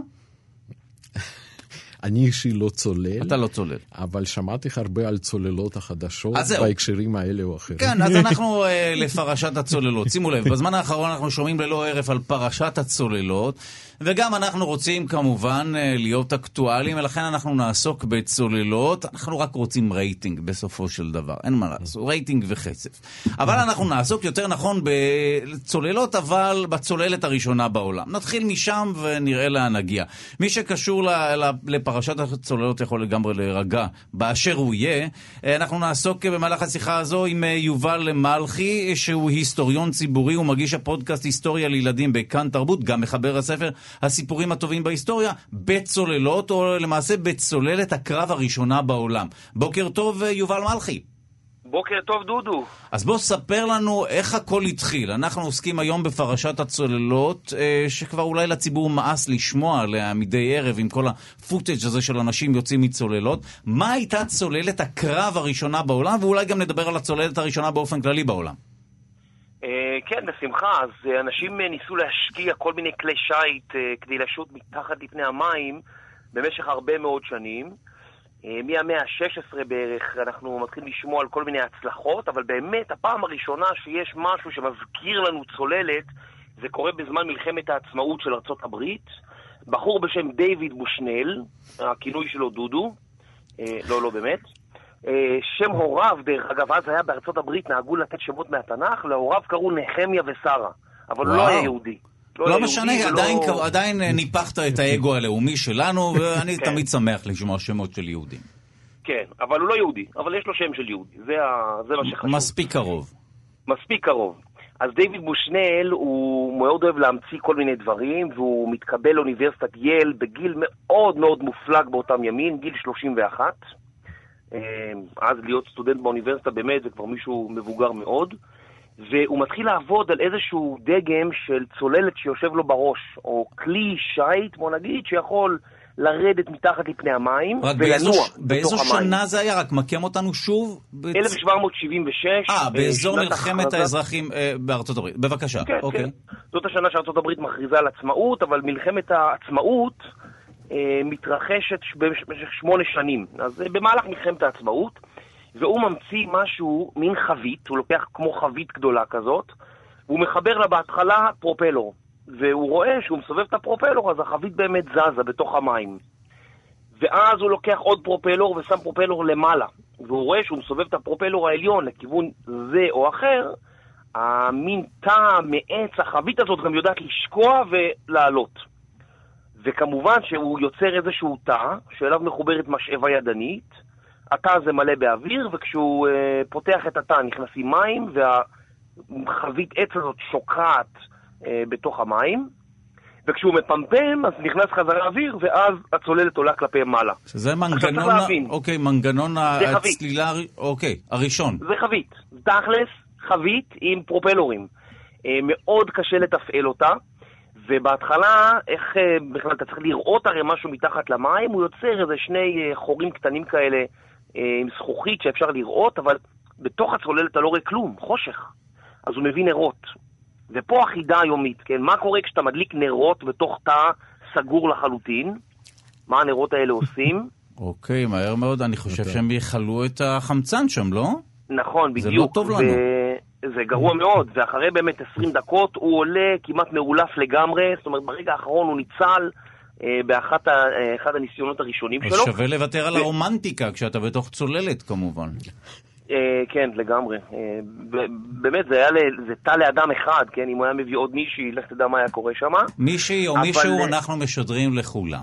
אני אישי לא צולל. אתה לא צולל. אבל שמעתי הרבה על צוללות החדשות בהקשרים האלה או אחרים. כן, אז אנחנו לפרשת הצוללות. שימו לב, בזמן האחרון אנחנו שומעים ללא הרף על פרשת הצוללות, וגם אנחנו רוצים כמובן להיות אקטואליים, ולכן אנחנו נעסוק בצוללות. אנחנו רק רוצים רייטינג בסופו של דבר. אין מה לעשות, רייטינג וחסף. אבל אנחנו נעסוק יותר נכון בצוללות, אבל בצוללת הראשונה בעולם. נתחיל משם ונראה לאן נגיע. מי שקשור לפרשת הצוללות יכול לגמרי להירגע באשר הוא יהיה. אנחנו נעסוק במהלך השיחה הזו עם יובל מלכי, שהוא היסטוריון ציבורי ומגיש הפודקאסט היסטוריה לילדים בכאן תרבות, גם מחבר הספר הסיפורים הטובים בהיסטוריה, בצוללות, או למעשה בצוללת הקרב הראשונה בעולם. בוקר טוב, יובל מלכי. בוקר טוב דודו. אז בוא ספר לנו איך הכל התחיל. אנחנו עוסקים היום בפרשת הצוללות, שכבר אולי לציבור מאס לשמוע עליה מדי ערב עם כל הפוטאג' הזה של אנשים יוצאים מצוללות. מה הייתה צוללת הקרב הראשונה בעולם, ואולי גם נדבר על הצוללת הראשונה באופן כללי בעולם. כן, בשמחה. אז אנשים ניסו להשקיע כל מיני כלי שייט כדי לשוט מתחת לפני המים במשך הרבה מאוד שנים. מהמאה ה-16 בערך אנחנו מתחילים לשמוע על כל מיני הצלחות, אבל באמת הפעם הראשונה שיש משהו שמזכיר לנו צוללת, זה קורה בזמן מלחמת העצמאות של ארצות הברית. בחור בשם דיוויד בושנל, הכינוי שלו דודו, לא באמת. שם הוריו, דרך אגב, אז היה בארצות הברית, נהגו לתת שמות מהתנ"ך, להוריו קראו נחמיה ושרה, אבל הוא לא היה יהודי. לא משנה, עדיין ניפחת את האגו הלאומי שלנו, ואני תמיד שמח לשמוע שמות של יהודים. כן, אבל הוא לא יהודי, אבל יש לו שם של יהודי, זה מה שחשוב. מספיק קרוב. מספיק קרוב. אז דיוויד בושנל הוא מאוד אוהב להמציא כל מיני דברים, והוא מתקבל לאוניברסיטת יל בגיל מאוד מאוד מופלג באותם ימים, גיל 31. אז להיות סטודנט באוניברסיטה באמת זה כבר מישהו מבוגר מאוד. והוא מתחיל לעבוד על איזשהו דגם של צוללת שיושב לו בראש, או כלי שייט, בוא נגיד, שיכול לרדת מתחת לפני המים ולנוע בתוך המים. באיזו שנה זה היה? רק מקם אותנו שוב? 1776. באזור מלחמת האזרחים בארצות הברית. בבקשה. כן, כן. זאת השנה שארצות הברית מכריזה על עצמאות, אבל מלחמת העצמאות מתרחשת במשך 8 שנים. אז במהלך מלחמת העצמאות, והוא ממציא משהו, מין חבית, הוא לוקח כמו חבית גדולה כזאת, והוא מחבר לה בהתחלה פרופלור, והוא רואה שהוא מסובב את הפרופלור, אז החבית באמת זזה בתוך המים. ואז הוא לוקח עוד פרופלור ושם פרופלור למעלה, והוא רואה שהוא מסובב את הפרופלור העליון לכיוון זה או אחר, המין תא מעץ החבית הזאת גם יודעת לשקוע ולעלות. וכמובן שהוא יוצר איזשהו תא, שאליו מחוברת משאבה ידנית, התא הזה מלא באוויר, וכשהוא פותח את התא נכנסים מים, והחבית עץ הזאת שוקעת בתוך המים, וכשהוא מפמפם, אז נכנס חזרה אוויר, ואז הצוללת עולה כלפי מעלה. שזה מנגנון, אוקיי, מנגנון הצלילה, אוקיי, הראשון. זה חבית, תכלס חבית עם פרופלורים. מאוד קשה לתפעל אותה, ובהתחלה, איך בכלל אתה צריך לראות הרי משהו מתחת למים, הוא יוצר איזה 2 חורים קטנים כאלה, עם זכוכית שאפשר לראות, אבל בתוך הצוללת אתה לא רואה כלום, חושך. אז הוא מביא נרות. ופה החידה היומית, כן? מה קורה כשאתה מדליק נרות בתוך תא סגור לחלוטין? מה הנרות האלה עושים? אוקיי, מהר מאוד, אני חושב שהם יחלו את החמצן שם, לא? נכון, בדיוק. זה לא טוב לנו. זה גרוע מאוד, ואחרי באמת 20 דקות הוא עולה כמעט מאולף לגמרי, זאת אומרת, ברגע האחרון הוא ניצל באחד הניסיונות הראשונים שלו. אז שווה לוותר על הרומנטיקה כשאתה בתוך צוללת כמובן. כן, לגמרי. באמת, זה תא לאדם אחד, כן? אם הוא היה מביא עוד מישהי, לך תדע מה היה קורה שם. מישהי או מישהו אנחנו משדרים לכולם.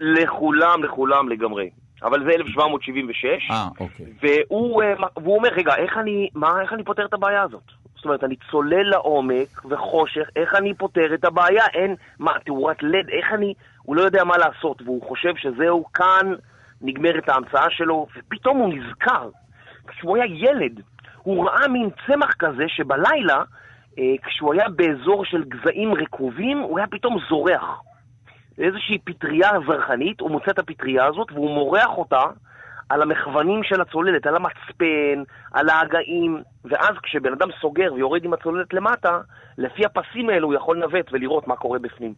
לכולם לגמרי. אבל זה 1776. אוקיי. והוא אומר, רגע, איך אני פותר את הבעיה הזאת? זאת אומרת, אני צולל לעומק וחושך, איך אני פותר את הבעיה? אין, תאורת לד, הוא לא יודע מה לעשות, והוא חושב שזהו, כאן נגמרת ההמצאה שלו, ופתאום הוא נזכר. כשהוא היה ילד, הוא ראה מין צמח כזה שבלילה, כשהוא היה באזור של גזעים רקובים, הוא היה פתאום זורח. איזושהי פטריה זרחנית, הוא מוצא את הפטריה הזאת, והוא מורח אותה על המכוונים של הצוללת, על המצפן, על ההגאים, ואז כשבן אדם סוגר ויורד עם הצוללת למטה, לפי הפסים האלו הוא יכול לנווט ולראות מה קורה בפנים.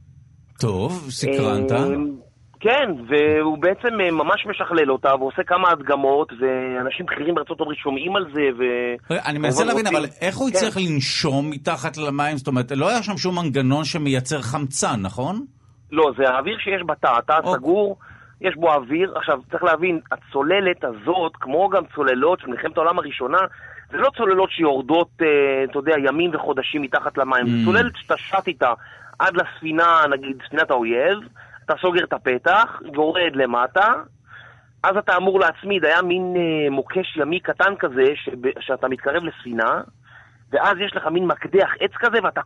טוב, סקרנת. כן, והוא בעצם ממש משכלל אותה, ועושה כמה הדגמות, ואנשים בכירים בארצות הברית שומעים על זה, אני מנסה להבין, אבל איך הוא יצטרך לנשום מתחת למים? זאת אומרת, לא היה שם שום מנגנון שמייצר חמצן, נכון? לא, זה האוויר שיש בתא, התא סגור, יש בו אוויר. עכשיו, צריך להבין, הצוללת הזאת, כמו גם צוללות של מלחמת העולם הראשונה, זה לא צוללות שיורדות, אתה יודע, ימים וחודשים מתחת למים. זה צוללת שאתה שט איתה עד לספינה, נגיד, ספינת האויב, אתה סוגר את הפתח, יורד למטה, אז אתה אמור להצמיד, היה מין מוקש ימי קטן כזה, שאתה מתקרב לספינה, ואז יש לך מין מקדח עץ כזה, ואתה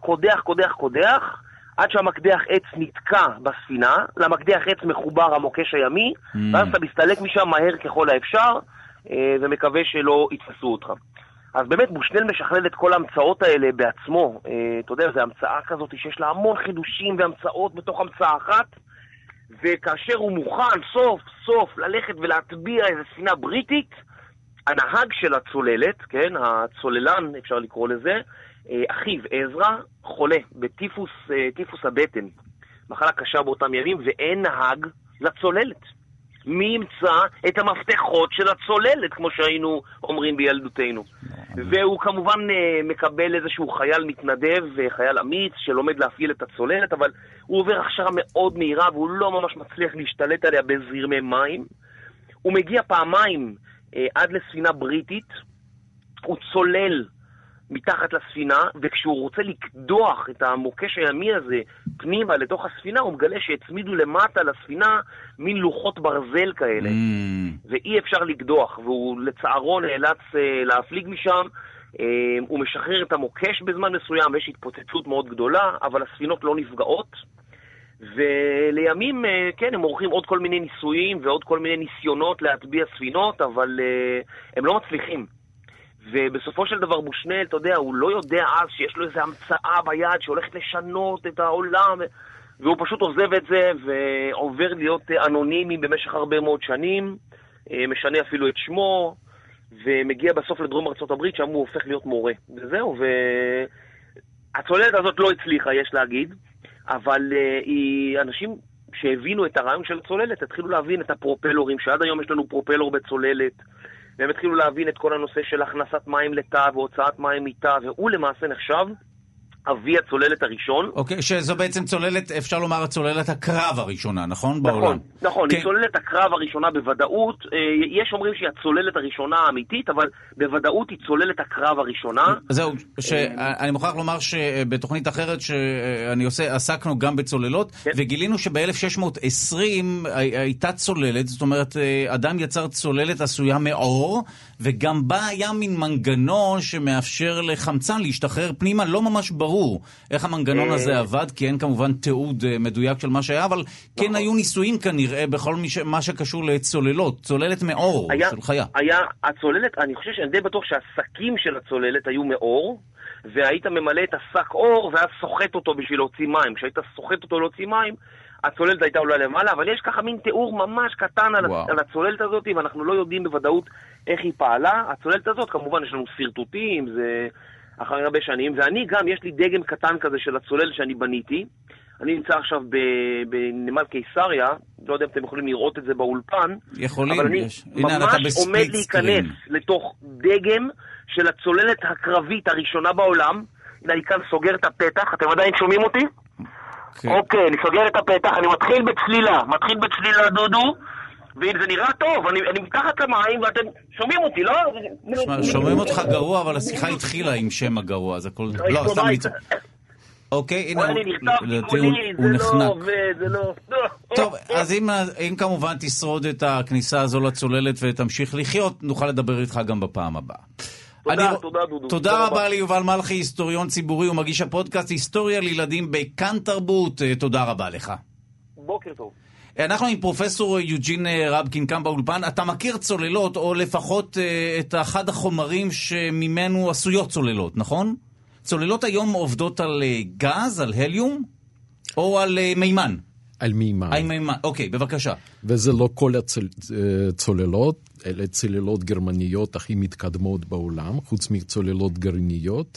קודח, עד שהמקדח עץ נתקע בספינה, למקדח עץ מחובר המוקש הימי, ואז אתה מסתלק משם מהר ככל האפשר, ומקווה שלא יתפסו אותך. אז באמת בושנל משכלל את כל ההמצאות האלה בעצמו. אתה יודע, זו המצאה כזאת שיש לה המון חידושים והמצאות בתוך המצאה אחת, וכאשר הוא מוכן סוף סוף ללכת ולהטביע איזו ספינה בריטית, הנהג של הצוללת, כן, הצוללן אפשר לקרוא לזה, אחיו עזרא חולה בטיפוס הבטן, מחלה קשה באותם ימים, ואין נהג לצוללת. מי ימצא את המפתחות של הצוללת, כמו שהיינו אומרים בילדותנו? והוא כמובן מקבל איזשהו חייל מתנדב, חייל אמיץ שלומד להפעיל את הצוללת, אבל הוא עובר הכשרה מאוד מהירה והוא לא ממש מצליח להשתלט עליה בזרמי מים. הוא מגיע פעמיים עד לספינה בריטית, הוא צולל מתחת לספינה, וכשהוא רוצה לקדוח את המוקש הימי הזה פנימה לתוך הספינה, הוא מגלה שהצמידו למטה לספינה מין לוחות ברזל כאלה, ואי אפשר לקדוח, והוא לצערו נאלץ להפליג משם. הוא משחרר את המוקש בזמן מסוים, ויש התפוצצות מאוד גדולה, אבל הספינות לא נפגעות, ולימים, כן, הם עורכים עוד כל מיני ניסויים ועוד כל מיני ניסיונות להטביע ספינות, אבל הם לא מצליחים. ובסופו של דבר בושנל, אתה יודע, הוא לא יודע אז שיש לו איזו המצאה ביד שהולכת לשנות את העולם, והוא פשוט עוזב את זה ועובר להיות אנונימי במשך הרבה מאוד שנים, משנה אפילו את שמו, ומגיע בסוף לדרום ארצות הברית, שם הוא הופך להיות מורה. וזהו, והצוללת הזאת לא הצליחה, יש להגיד, אבל אנשים שהבינו את הרעיון של הצוללת, התחילו להבין את הפרופלורים, שעד היום יש לנו פרופלור בצוללת, והם התחילו להבין את כל הנושא של הכנסת מים לתא והוצאת מים מתא, והוא למעשה נחשב אבי הצוללת הראשון. אוקיי, שזו בעצם צוללת, אפשר לומר, הצוללת הקרב הראשונה, נכון? בעולם. נכון, היא צוללת הקרב הראשונה בוודאות. יש אומרים שהיא הצוללת הראשונה האמיתית, אבל בוודאות היא צוללת הקרב הראשונה. זהו, שאני מוכרח לומר שבתוכנית אחרת שאני עושה, עסקנו גם בצוללות, וגילינו שב-1620 הייתה צוללת, זאת אומרת, אדם יצר צוללת עשויה מאור, וגם בה היה מין מנגנון שמאפשר לחמצן להשתחרר פנימה, לא ממש ברור איך המנגנון הזה עבד, כי אין כמובן תיעוד מדויק של מה שהיה, אבל כן היו ניסויים כנראה בכל מה שקשור לצוללות, צוללת מאור של חיה. היה הצוללת, אני חושב שאני די בטוח שהשקים של הצוללת היו מאור, והיית ממלא את השק אור ואז סוחט אותו בשביל להוציא מים. כשהיית סוחט אותו להוציא מים, הצוללת הייתה עולה למעלה, אבל יש ככה מין תיאור ממש קטן על הצוללת הזאת, ואנחנו לא יודעים בוודאות איך היא פעלה. הצוללת הזאת, כמובן יש לנו סרטוטים, זה אחרי הרבה שנים, ואני גם, יש לי דגם קטן כזה של הצוללת שאני בניתי. אני נמצא עכשיו בנמל קיסריה, לא יודע אם אתם יכולים לראות את זה באולפן, יכולים, אבל אני ממש עומד להיכנס לתוך דגם של הצוללת הקרבית הראשונה בעולם. הנה, אני כאן סוגר את הפתח, אתם עדיין שומעים אותי? אוקיי, אני סוגר את הפתח, אני מתחיל בצלילה, דודו, ואם זה נראה טוב, אני מתחת למים ואתם שומעים אותי, לא? שומעים אותך גרוע, אבל השיחה התחילה עם שם הגרוע, אז הכל... לא, סתם ניצור. אוקיי, הנה, הוא נחנק. טוב, אז אם כמובן תשרוד את הכניסה הזו לצוללת ותמשיך לחיות, נוכל לדבר איתך גם בפעם הבאה. תודה, דודו. תודה רבה ליובל מלכי, היסטוריון ציבורי ומגיש הפודקאסט היסטוריה לילדים בכאן תרבות. תודה רבה לך. בוקר טוב. אנחנו עם פרופסור יוג'ין רבקין כאן באולפן. אתה מכיר צוללות, או לפחות את אחד החומרים שממנו עשויות צוללות, נכון? צוללות היום עובדות על גז, על הליום, או על מימן? על מימן. על מימן, אוקיי, בבקשה. וזה לא כל הצוללות, אלה צוללות גרמניות הכי מתקדמות בעולם, חוץ מצוללות גרעיניות,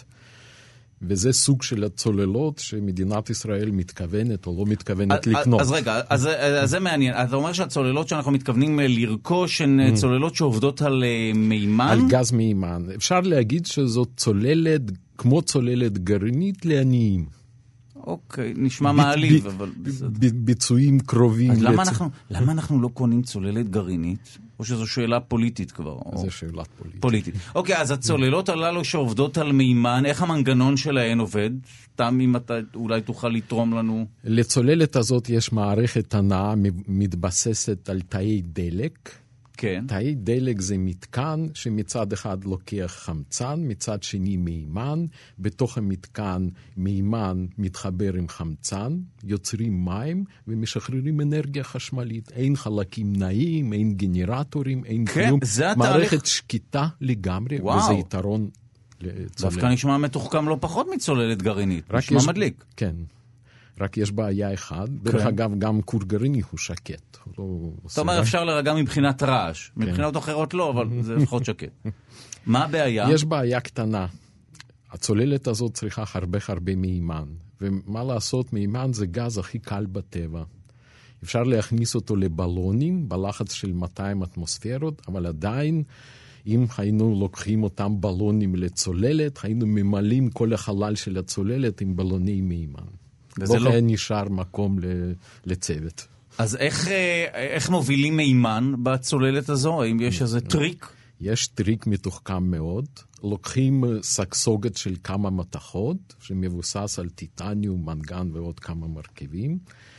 וזה סוג של הצוללות שמדינת ישראל מתכוונת או לא מתכוונת לקנות. אז רגע, אז זה מעניין. אתה אומר שהצוללות שאנחנו מתכוונים לרכוש הן צוללות שעובדות על מימן? על גז מימן. אפשר להגיד שזאת צוללת כמו צוללת גרעינית לעניים. אוקיי, נשמע מעליב, אבל... ביצועים קרובים. אז למה אנחנו לא קונים צוללת גרעינית? או שזו שאלה פוליטית כבר? זו שאלה פוליטית. אוקיי, אז הצוללות הללו שעובדות על מימן, איך המנגנון שלהן עובד? תם, אם אתה אולי תוכל לתרום לנו. לצוללת הזאת יש מערכת הנעה מתבססת על תאי דלק, כן. תאי דלק זה מתקן שמצד אחד לוקח חמצן, מצד שני מימן, בתוך המתקן מימן מתחבר עם חמצן, יוצרים מים ומשחררים אנרגיה חשמלית. אין חלקים נעים, אין גנרטורים, אין כלום. מערכת שקטה לגמרי, וזה יתרון לצוללת. דווקא נשמע מתוחכם לא פחות מצוללת גרעינית, נשמע מדליק. כן. רק יש בעיה אחד, דרך אגב גם כור גרעיני הוא שקט. זאת אומרת אפשר לרגע מבחינת רעש, מבחינות אחרות לא, אבל זה לפחות שקט. מה הבעיה? יש בעיה קטנה. הצוללת הזאת צריכה הרבה מימן, ומה לעשות, מימן זה גז הכי קל בטבע. אפשר להכניס אותו לבלונים, בלחץ של 200 אטמוספירות, אבל עדיין, אם היינו לוקחים אותם בלונים לצוללת, היינו ממלאים כל החלל של הצוללת עם בלוני מימן. לא היה נשאר מקום לצוות. אז איך מובילים מימן בצוללת הזו? האם יש איזה טריק? יש טריק מתוחכם מאוד. לוקחים סגסוגת של כמה מתכות, שמבוסס על טיטניום, מנגן ועוד כמה מרכיבים,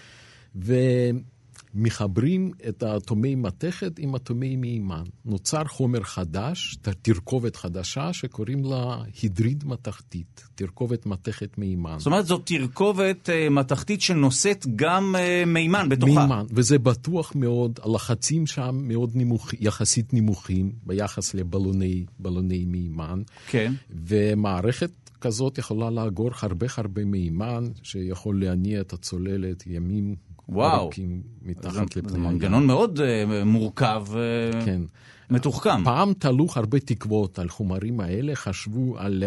ומחברים את האטומי מתכת עם אטומי מימן. נוצר חומר חדש, תרכובת חדשה, שקוראים לה הידריד מתכתית, תרכובת מתכת מימן. זאת אומרת, זו תרכובת מתכתית שנושאת גם מימן בתוכה. מימן, וזה בטוח מאוד, הלחצים שם מאוד יחסית נמוכים, ביחס לבלוני מימן. כן. ומערכת כזאת יכולה לאגור הרבה מימן, שיכול להניע את הצוללת ימים ארוכים מתחת לפני. זה מנגנון מאוד מורכב, כן. מתוחכם. פעם תלו הרבה תקוות על חומרים האלה, חשבו על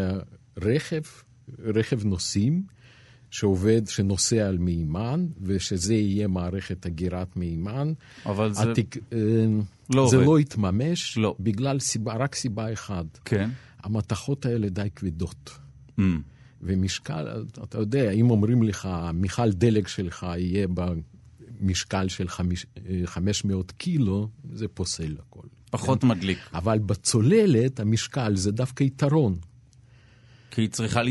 רכב נוסעים, שנוסע על מימן, ושזה יהיה מערכת אגירת מימן. אבל זה זה לא התממש, בגלל רק סיבה אחת. כן. המתכות האלה די כבדות. ומשקל, אתה יודע, אם אומרים לך, מיכל דלק שלך יהיה במשקל של 500 קילו, זה פוסל הכל. פחות מדליק. אבל בצוללת, המשקל זה דווקא יתרון. כי היא צריכה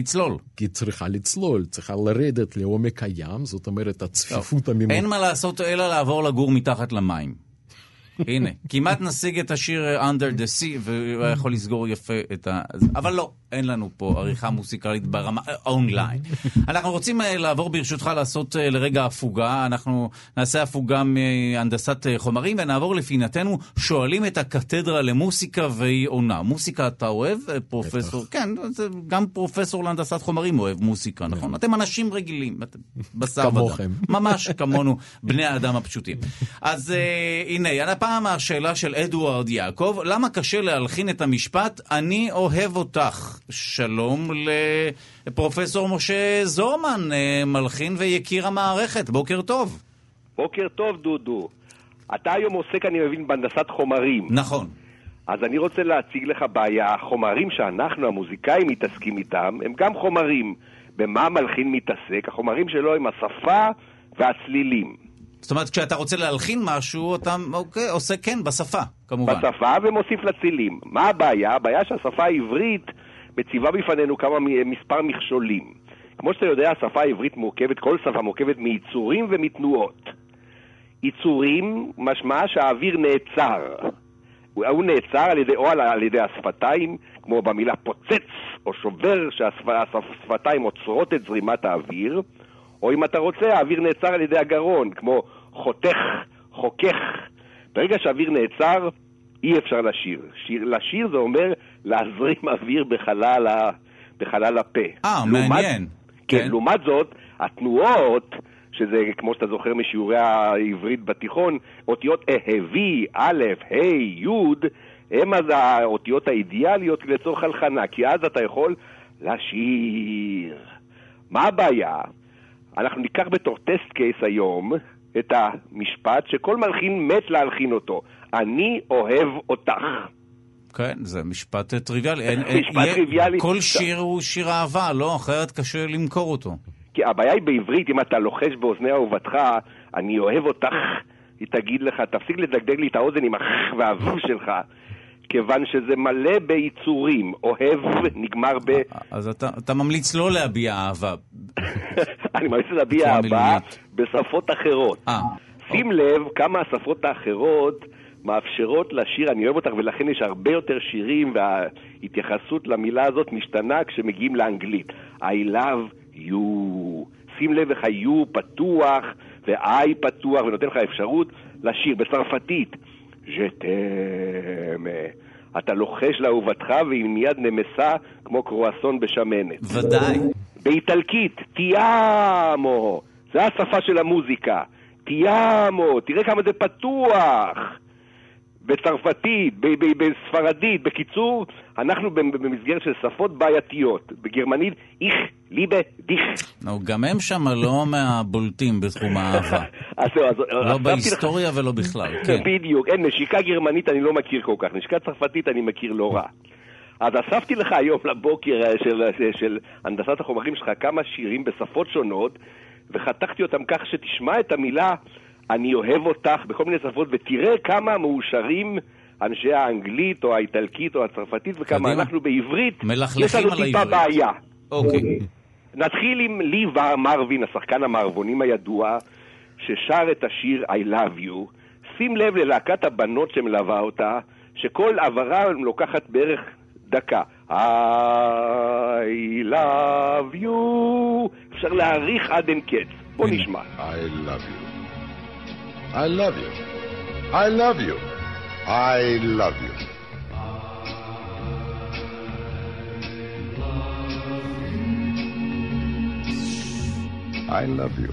לצלול. צריכה לרדת לעומק הים, זאת אומרת, הצפיפות הממוצעת. אין מה לעשות אלא לעבור לגור מתחת למים. הנה, כמעט נשיג את השיר Under the Sea, והוא יכול לסגור יפה את אבל לא, אין לנו פה עריכה מוסיקלית ברמה, אונליין. אנחנו רוצים לעבור ברשותך לעשות לרגע הפוגה, אנחנו נעשה הפוגה מהנדסת חומרים, ונעבור לפינתנו, שואלים את הקתדרה למוסיקה והיא עונה. מוסיקה אתה אוהב, פרופסור? כן, גם פרופסור להנדסת חומרים אוהב מוסיקה, נכון? אתם אנשים רגילים, כמוכם. ממש כמונו, בני האדם הפשוטים. אז הנה, הפעם השאלה של אדוארד יעקב, למה קשה להלחין את המשפט אני אוהב אותך? שלום לפרופסור משה זורמן, מלחין ויקיר המערכת. בוקר טוב. בוקר טוב, דודו. אתה היום עוסק, אני מבין, בהנדסת חומרים. נכון. אז אני רוצה להציג לך בעיה. החומרים שאנחנו, המוזיקאים, מתעסקים איתם, הם גם חומרים. במה המלחין מתעסק? החומרים שלו הם השפה והצלילים. זאת אומרת, כשאתה רוצה להלחין משהו, אתה עושה כן בשפה, כמובן. בשפה ומוסיף לצילים. מה הבעיה? הבעיה שהשפה העברית מציבה בפנינו מספר מכשולים. כמו שאתה יודע, השפה העברית מורכבת, כל שפה מורכבת מייצורים ומתנועות. ייצורים משמע שהאוויר נעצר. הוא נעצר על ידי השפתיים, כמו במילה פוצץ או שובר, שהשפתיים עוצרות את זרימת האוויר, או אם אתה רוצה, האוויר נעצר על ידי הגרון, כמו חותך, חוכך. ברגע שהאוויר נעצר, אי אפשר לשיר. לשיר זה אומר להזרים אוויר בחלל הפה. מעניין. כן, לעומת זאת, התנועות, שזה כמו שאתה זוכר משיעורי העברית בתיכון, אותיות ה', א', ה', י', הם אז האותיות האידיאליות לצורך הלחנה, כי אז אתה יכול לשיר. מה הבעיה? אנחנו ניקח בתור טסט קייס היום את המשפט שכל מלחין מת להלחין אותו. אני אוהב אותך. כן, זה משפט טריוויאלי. משפט טריוויאלי. כל שיר הוא שיר אהבה, לא? אחרת קשה למכור אותו. כי הבעיה היא בעברית, אם אתה לוחש באוזני אהובתך, אני אוהב אותך, היא תגיד לך, תפסיק לדגדג לי את האוזן עם החך והאביב שלך. כיוון שזה מלא ביצורים, אוהב נגמר ב... אז אתה ממליץ לא להביע אהבה. אני ממליץ להביע אהבה בשפות אחרות. שים לב כמה השפות האחרות מאפשרות לשיר אני אוהב אותך, ולכן יש הרבה יותר שירים, וההתייחסות למילה הזאת משתנה כשמגיעים לאנגלית. I love you. שים לב איך ה-you פתוח, ו-I פתוח, ונותן לך אפשרות לשיר. בצרפתית, ז'טם. אתה לוחש לאהובתך והיא מיד נמסה כמו קרואסון בשמנת. ודאי. באיטלקית, תיאמו. זה השפה של המוזיקה. תיאמו, תראה כמה זה פתוח. בצרפתית, בספרדית, בקיצור, אנחנו במסגרת של שפות בעייתיות. בגרמנית, איך, ליבה, דיך. גם הם שם לא מהבולטים בתחום האהבה. לא בהיסטוריה ולא בכלל. בדיוק, אין, נשיקה גרמנית אני לא מכיר כל כך, נשיקה צרפתית אני מכיר לא רע. אז אספתי לך היום לבוקר של הנדסת החומרים שלך כמה שירים בשפות שונות, וחתכתי אותם כך שתשמע את המילה אני אוהב אותך בכל מיני שפות, ותראה כמה מאושרים אנשי האנגלית או האיטלקית או הצרפתית, וכמה אנחנו בעברית, יש לנו טיפה בעיה. אוקיי. נתחיל עם לי מרווין, השחקן המערבונים הידוע, ששר את השיר I love you. שים לב ללהקת הבנות שמלווה אותה, שכל עברה לוקחת בערך דקה. I love you. אפשר להעריך עד אין קץ. בוא נשמע. I love you. I love you. I love you. I love you. I love you.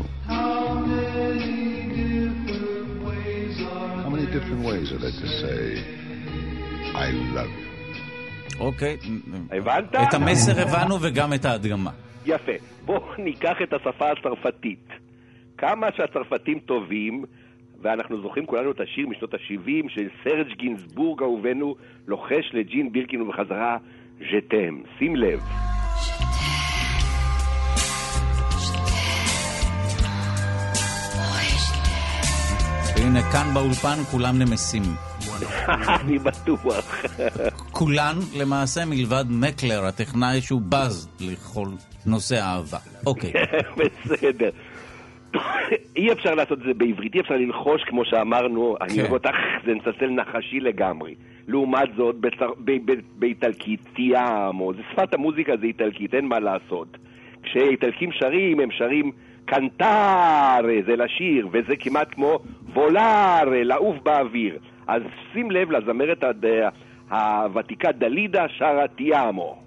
How many different ways are there to say I love you? אוקיי. הבנת? את המסר הבנו וגם את ההדגמה. יפה. בואו ניקח את השפה הצרפתית. כמה שהצרפתים טובים, ואנחנו זוכרים כולנו את השיר משנות ה-70 של סרג' גינסבורג אהובנו, לוחש לג'ין בירקין ובחזרה ז'טם. שים לב. הנה כאן באולפן כולם נמסים. אני בטוח. כולן למעשה מלבד מקלר, הטכנאי שהוא בז לכל נושא אהבה. אוקיי. בסדר. אי אפשר לעשות את זה בעברית, אי אפשר ללחוש כמו שאמרנו, אני אוהב אותך, זה מצלצל נחשי לגמרי. לעומת זאת, באיטלקית, תיאמו, זה שפת המוזיקה, זה איטלקית, אין מה לעשות. כשאיטלקים שרים, הם שרים קנטארה, זה לשיר, וזה כמעט כמו וולארה, לעוף באוויר. אז שים לב לזמרת הוותיקה דלידה שרה תיאמו.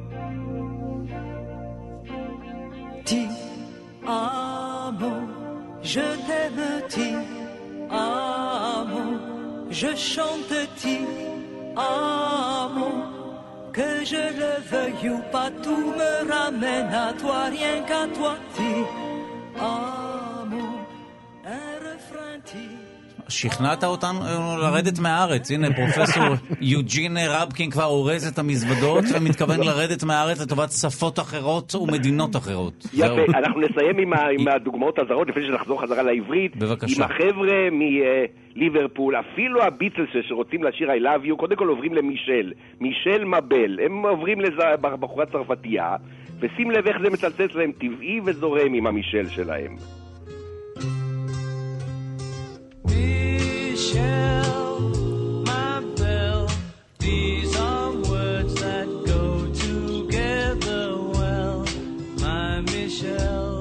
Amo, je t'aime, ti amo, je chante ti amo, que je le veuille ou pas, tout me ramène à toi, rien qu'à toi, ti amo, un refrain ti. שכנעת אותנו לרדת מהארץ. הנה פרופסור יוג'ין רבקין כבר אורז את המזוודות ומתכוון לרדת מהארץ לטובת שפות אחרות ומדינות אחרות. יפה, אנחנו נסיים עם הדוגמאות הזרות לפני שנחזור חזרה לעברית. בבקשה. עם החבר'ה מליברפול, אפילו הביטלס שרוצים לשיר I love you, קודם כל עוברים מישל מבל, הם עוברים לבחורה צרפתייה, ושים לב איך זה מצלצל להם טבעי וזורם עם המישל שלהם. Michelle, my belle, these are words that go together well, my Michelle,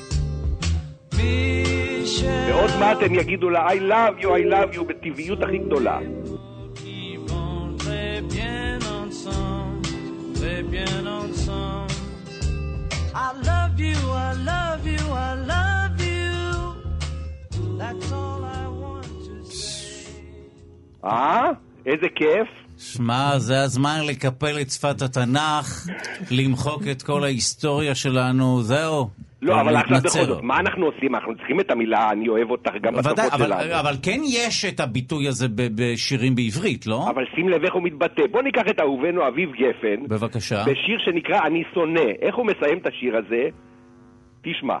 Michelle. ועוד מעט הם יגידו לה I love you בטבעיות הכי גדולה. Qui vont très bien ensemble, très bien ensemble. I love you, I love you, I love you. That's all I want to say. איזה כיף. שמע, זה הזמן לקפל את שפת התנ"ך, למחוק את כל ההיסטוריה שלנו, זהו. לא, אבל עכשיו בכל זאת, מה אנחנו עושים? אנחנו צריכים את המילה אני אוהב אותך גם בשפות שלנו. אבל כן יש את הביטוי הזה בשירים בעברית, לא? אבל שים לב איך הוא מתבטא. בוא ניקח את אהובנו אביב גפן. בבקשה. בשיר שנקרא אני שונא. איך הוא מסיים את השיר הזה? תשמע.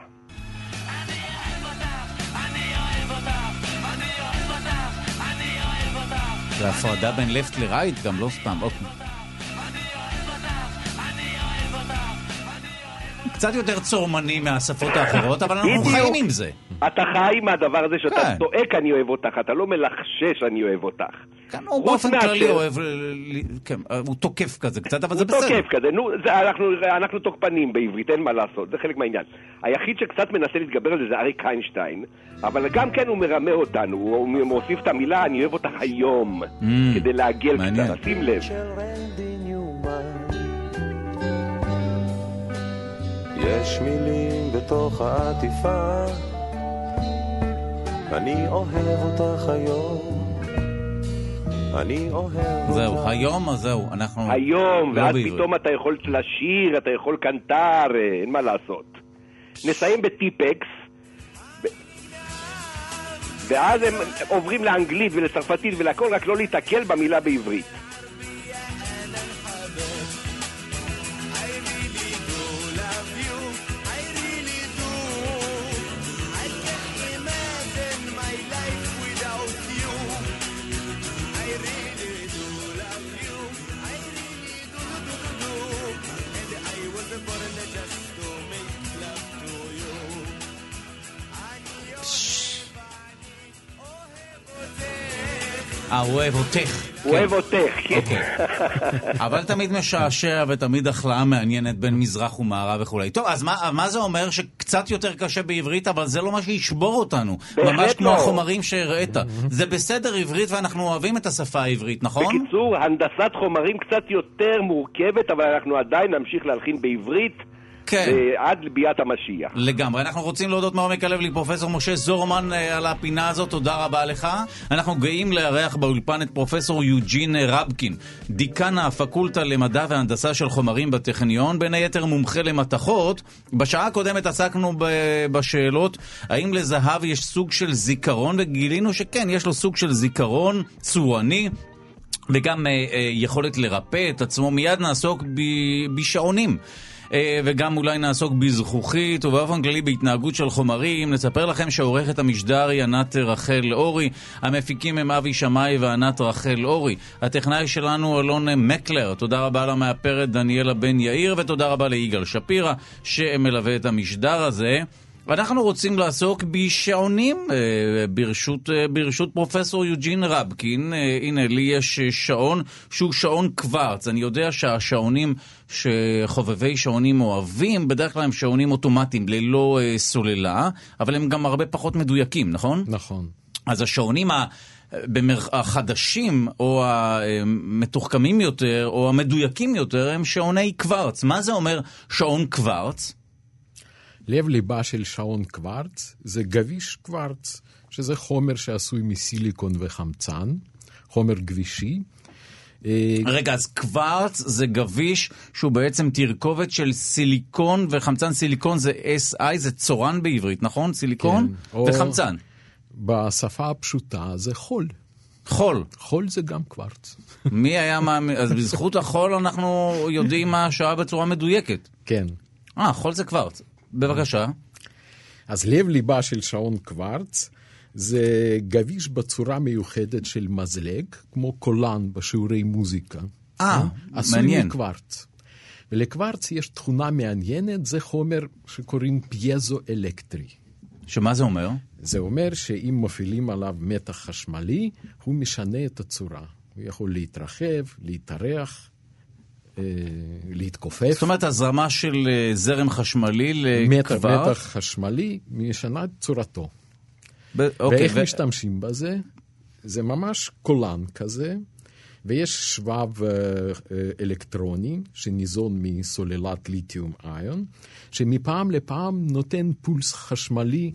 זה הפרדה בין לפט לרייט, גם לא סתם, אוקיי. קצת יותר צורמני מהשפות האחרות, אבל אנחנו חיים עם זה. אתה חי עם הדבר הזה שאתה צועק אני אוהב אותך, אתה לא מלחשש אני אוהב אותך. כן, הוא באופן כללי אוהב, הוא תוקף כזה קצת, אבל זה בסדר. הוא תוקף כזה, אנחנו תוקפנים בעברית, אין מה לעשות, זה חלק מהעניין. היחיד שקצת מנסה להתגבר על זה זה אריק איינשטיין, אבל גם כן הוא מרמה אותנו, הוא מוסיף את המילה אני אוהב אותך היום, כדי להגל קצת, שים לב. יש מילים בתוך העטיפה, אני אוהב אותך היום, אני אוהב אותך. זהו, היום, אז זהו, אנחנו... היום, ואז פתאום אתה יכול לשיר, אתה יכול קנטר, אין מה לעשות. נסיים בטיפקס, ואז הם עוברים לאנגלית ולצרפתית ולכל, רק לא להתעכל במילה בעברית. אוהב אותך. אוהב אותך, כן. אבל תמיד משעשע ותמיד החלאה מעניינת בין מזרח ומערב וכו'. טוב, אז מה זה אומר? שקצת יותר קשה בעברית, אבל זה לא מה שישבור אותנו. ממש כמו החומרים שהראית. זה בסדר עברית ואנחנו אוהבים את השפה העברית, נכון? בקיצור, הנדסת חומרים קצת יותר מורכבת, אבל אנחנו עדיין נמשיך להלחין בעברית. כן. עד לביאת המשיח. לגמרי. אנחנו רוצים להודות מעומק הלב לפרופסור משה זורמן על הפינה הזאת. תודה רבה לך. אנחנו גאים לארח באולפן את פרופסור יוג'ין רבקין, דיקן הפקולטה למדע והנדסה של חומרים בטכניון, בין היתר מומחה למתכות. בשעה הקודמת עסקנו בשאלות האם לזהב יש סוג של זיכרון, וגילינו שכן, יש לו סוג של זיכרון צורני וגם יכולת לרפא את עצמו. מיד נעסוק בשעונים. וגם אולי נעסוק בזכוכית ובאופן כללי בהתנהגות של חומרים. נספר לכם שעורכת המשדר היא ענת רחל אורי, המפיקים הם אבי שמאי וענת רחל אורי, הטכנאי שלנו אלון מקלר, תודה רבה למאפרת דניאלה בן יאיר, ותודה רבה ליגאל שפירא שמלווה את המשדר הזה. אנחנו רוצים לעסוק בשעונים ברשות פרופסור יוג'ין רבקין. הנה, לי יש שעון שהוא שעון קוורץ. אני יודע שהשעונים שחובבי שעונים אוהבים, בדרך כלל הם שעונים אוטומטיים ללא סוללה, אבל הם גם הרבה פחות מדויקים, נכון? נכון. אז השעונים החדשים או המתוחכמים יותר או המדויקים יותר הם שעוני קוורץ. מה זה אומר שעון קוורץ? לב ליבה של שעון קוורץ זה גביש קוורץ, שזה חומר שעשוי מסיליקון וחמצן, חומר גבישי. רגע, אז קוורץ זה גביש שהוא בעצם תרכובת של סיליקון וחמצן. סיליקון זה SI, זה צורן בעברית, נכון? סיליקון וחמצן. בשפה הפשוטה זה חול. חול. חול זה גם קוורץ. מי היה מאמין? אז בזכות החול אנחנו יודעים מה השעה בצורה מדויקת. כן. חול זה קוורץ. בבקשה. אז לב ליבה של שעון קוורץ זה גביש בצורה מיוחדת של מזלג, כמו קולן בשיעורי מוזיקה. עשוי מקוורץ. ולקוורץ יש תכונה מעניינת, זה חומר שקוראים פייזו-אלקטרי. שמה זה אומר? זה אומר שאם מפעילים עליו מתח חשמלי, הוא משנה את הצורה. הוא יכול להתרחב, להתארח, להתכופף. זאת אומרת, הזרמה של זרם חשמלי לקוורץ? מתח חשמלי משנה את צורתו. ואיך משתמשים בזה? זה ממש קולן כזה, ויש שבב אלקטרוני שניזון מסוללת ליתיום איון, שמפעם לפעם נותן פולס חשמלי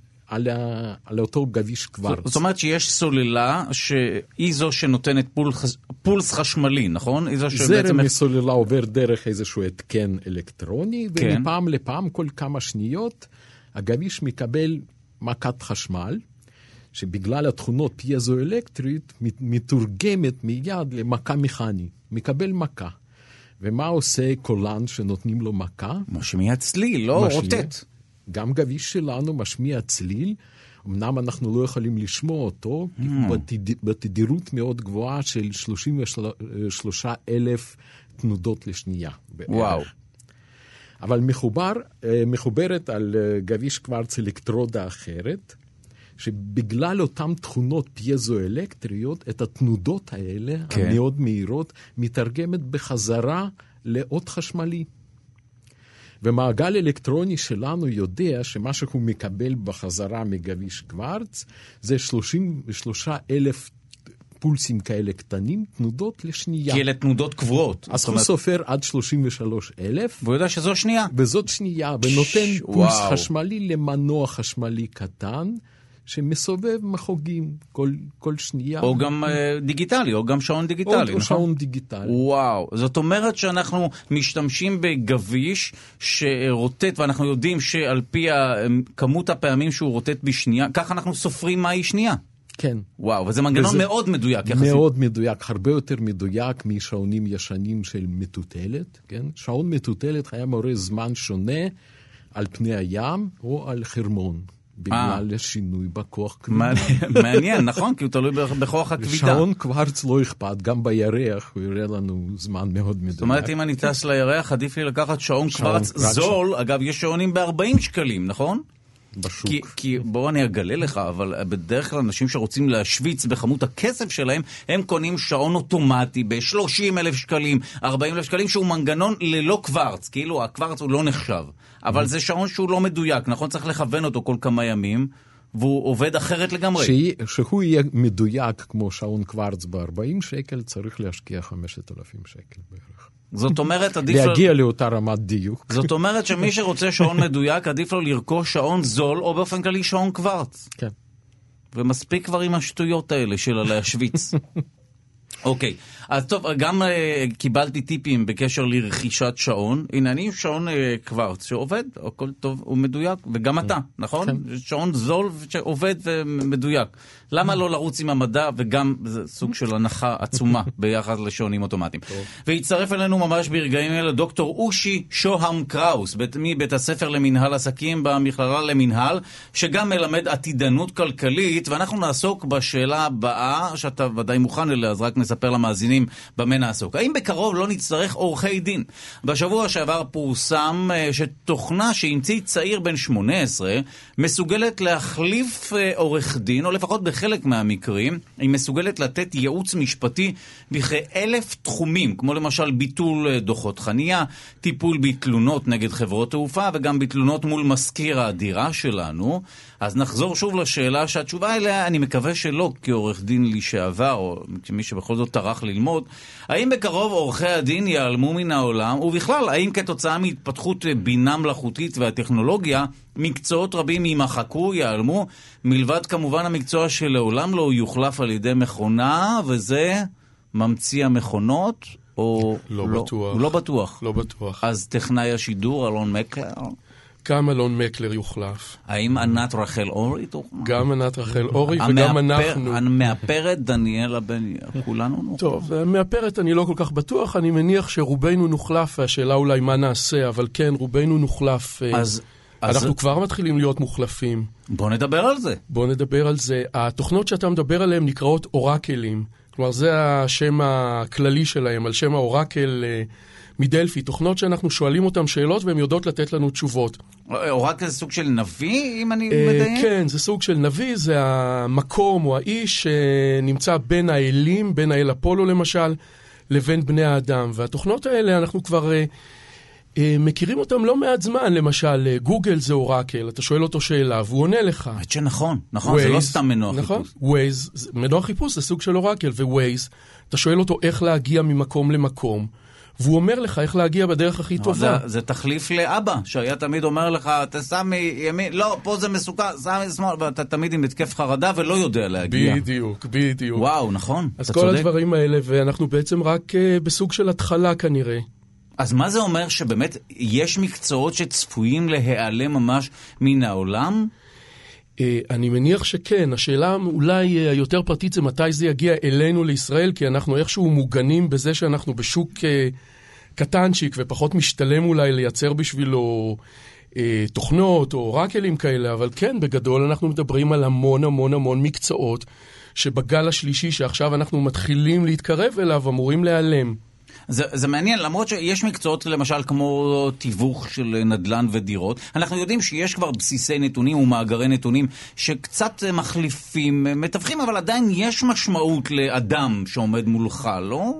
על אותו גביש קוורץ. זאת אומרת שיש סוללה שהיא זו שנותנת פולס חשמלי, נכון? זרם מסוללה עובר דרך איזשהו התקן אלקטרוני, ומפעם לפעם כל כמה שניות הגביש מקבל מכת חשמל, שבגלל התכונות פייזו-אלקטרית מתורגמת מיד למכה מכני, מקבל מכה. ומה עושה קולן שנותנים לו מכה? משמיע צליל, לא רוטט. גם גביש שלנו משמיע צליל, אמנם אנחנו לא יכולים לשמוע אותו, בתדירות מאוד גבוהה של 33,000 תנודות לשנייה. וואו. אבל מחוברת על גביש קוורץ אלקטרודה אחרת, שבגלל אותן תכונות פייזואלקטריות, את התנודות האלה, כן. המאוד מהירות, מתרגמת בחזרה לאות חשמלי. ומעגל אלקטרוני שלנו יודע שמה שהוא מקבל בחזרה מגביש קוורץ, זה 33,000 פולסים כאלה קטנים, תנודות לשנייה. כי אלה תנודות קבועות. אז הוא סופר עד 33,000. והוא יודע שזו שנייה. וזאת שנייה, ונותן פולס חשמלי למנוע חשמלי קטן, שמסובב מחוגים כל שנייה. או גם דיגיטלי, או גם שעון דיגיטלי, נכון? או שעון דיגיטלי. וואו, זאת אומרת שאנחנו משתמשים בגביש שרוטט, ואנחנו יודעים שעל פי כמות הפעמים שהוא רוטט בשנייה, כך אנחנו סופרים מהי שנייה. כן. וואו, וזה מנגנון מאוד מדויק יחסית. מאוד מדויק, הרבה יותר מדויק משעונים ישנים של מטוטלת, כן? שעון מטוטלת היה מורה זמן שונה על פני הים או על חרמון. בגלל שינוי בכוח כבידה. מעניין, נכון? כי הוא תלוי בכוח הכבידה. שעון קוורץ לא אכפת, גם בירח הוא יראה לנו זמן מאוד מדויק. זאת אומרת, אם אני טס לירח, עדיף לי לקחת שעון קוורץ זול. אגב, יש שעונים ב-40 שקלים, נכון? בשוק. כי בואו אני אגלה לך, אבל בדרך כלל אנשים שרוצים להשוויץ בכמות הכסף שלהם, הם קונים שעון אוטומטי ב-30,000 שקלים, 40,000 שקלים, שהוא מנגנון ללא קוורץ. כאילו, הקוורץ הוא לא נחשב. אבל זה שעון שהוא לא מדויק, נכון? צריך לכוון אותו כל כמה ימים, והוא עובד אחרת לגמרי. שהוא יהיה מדויק כמו שעון קוורץ ב-40 שקל, צריך להשקיע 5,000 שקל בערך. זאת אומרת, עדיף להגיע לאותה רמת דיוק. זאת אומרת שמי שרוצה שעון מדויק, עדיף לו לרכוש שעון זול, או באופן כללי שעון קוורץ. כן. ומספיק כבר עם השטויות האלה של להשוויץ. אוקיי, אז טוב, גם קיבלתי טיפים בקשר לרכישת שעון. הנה, אני שעון קוורץ שעובד, הכל טוב, הוא מדויק, וגם אתה, נכון? שעון זול שעובד ומדויק. למה לא לרוץ עם המדע, וגם זה סוג של הנחה עצומה ביחד לשעונים אוטומטיים. והצטרף אלינו ממש ברגעים אלה דוקטור אושי שוהם קראוס, מבית הספר למנהל עסקים במכללה למנהל, שגם מלמד עתידנות כלכלית, ואנחנו נעסוק בשאלה הבאה, שאתה ודאי מוכן אליה, אז רק נספר למאזינים במה נעסוק. האם בקרוב לא נצטרך עורכי דין? בשבוע שעבר פורסם שתוכנה שהמציא צעיר בן 18 מסוגלת להחליף עורך דין, או לפחות בחלק מהמקרים, היא מסוגלת לתת ייעוץ משפטי בכ-1,000 תחומים, כמו למשל ביטול דוחות חנייה, טיפול בתלונות נגד חברות תעופה, וגם בתלונות מול מזכיר הדירה שלנו. אז נחזור שוב לשאלה שהתשובה אליה, אני מקווה שלא כעורך דין לשעבר, או כמי שבכל זאת טרח ללמוד, האם בקרוב עורכי הדין ייעלמו מן העולם, ובכלל, האם כתוצאה מהתפתחות בינה מלאכותית והטכנולוגיה, מקצועות רבים יימחקו, ייעלמו, מלבד כמובן המקצוע שלעולם לא יוחלף על ידי מכונה, וזה ממציא המכונות, או לא בטוח. לא בטוח. לא בטוח. אז טכנאי השידור, אלון מקלר? גם אלון מקלר יוחלף. האם ענת רחל אורי תוחלף? גם ענת רחל אורי וגם אנחנו. המאפרת דניאלה בני, כולנו נוחלף. טוב, המאפרת אני לא כל כך בטוח, אני מניח שרובנו נוחלף, והשאלה אולי מה נעשה, אבל כן, רובנו נוחלף. אנחנו כבר מתחילים להיות מוחלפים. בוא נדבר על זה. בוא נדבר על זה. התוכנות שאתה מדבר עליהן נקראות אורקלים. כלומר, זה השם הכללי שלהם, על שם האורקל מדלפי. תוכנות שאנחנו שואלים אותם שאלות והן יודעות לתת לנו תשובות. אורקל זה סוג של נביא, אם אני מדייק? כן, זה סוג של נביא, זה המקום או האיש שנמצא בין האלים, בין האל אפולו למשל, לבין בני האדם. והתוכנות האלה אנחנו כבר מכירים אותם לא מעט זמן. למשל, גוגל זה אורקל, אתה שואל אותו שאלה והוא עונה לך. נכון, זה לא סתם מנוע חיפוש. ווייז, מנוע חיפוש זה סוג של אורקל, ווייז, אתה שואל אותו איך להגיע ממקום למקום, והוא אומר לך איך להגיע בדרך הכי טובה. זה תחליף לאבא, שהיה תמיד אומר לך, אתה שם מימין, לא, פה זה מסוכן, שם משמאל, ואתה תמיד עם התקף חרדה ולא יודע להגיע. בדיוק. וואו, נכון, אז כל הדברים האלה, ואנחנו בעצם רק בסוג של התחלה כנראה. אז מה זה אומר שבאמת יש מקצועות שצפויים להיעלם ממש מן העולם? אני מניח שכן. השאלה אולי היותר פרטית זה מתי זה יגיע אלינו לישראל, כי אנחנו איכשהו מוגנים בזה שאנחנו בשוק קטנצ'יק ופחות משתלם אולי לייצר בשבילו תוכנות או אורקלים כאלה, אבל כן, בגדול אנחנו מדברים על המון מקצועות שבגל השלישי שעכשיו אנחנו מתחילים להתקרב אליו אמורים להיעלם. זה מעניין, למרות שיש מקצועות למשל כמו תיווך של נדל"ן ודירות, אנחנו יודעים שיש כבר בסיסי נתונים ומאגרי נתונים שקצת מחליפים מתווכים, אבל עדיין יש משמעות לאדם שעומד מולך, לא?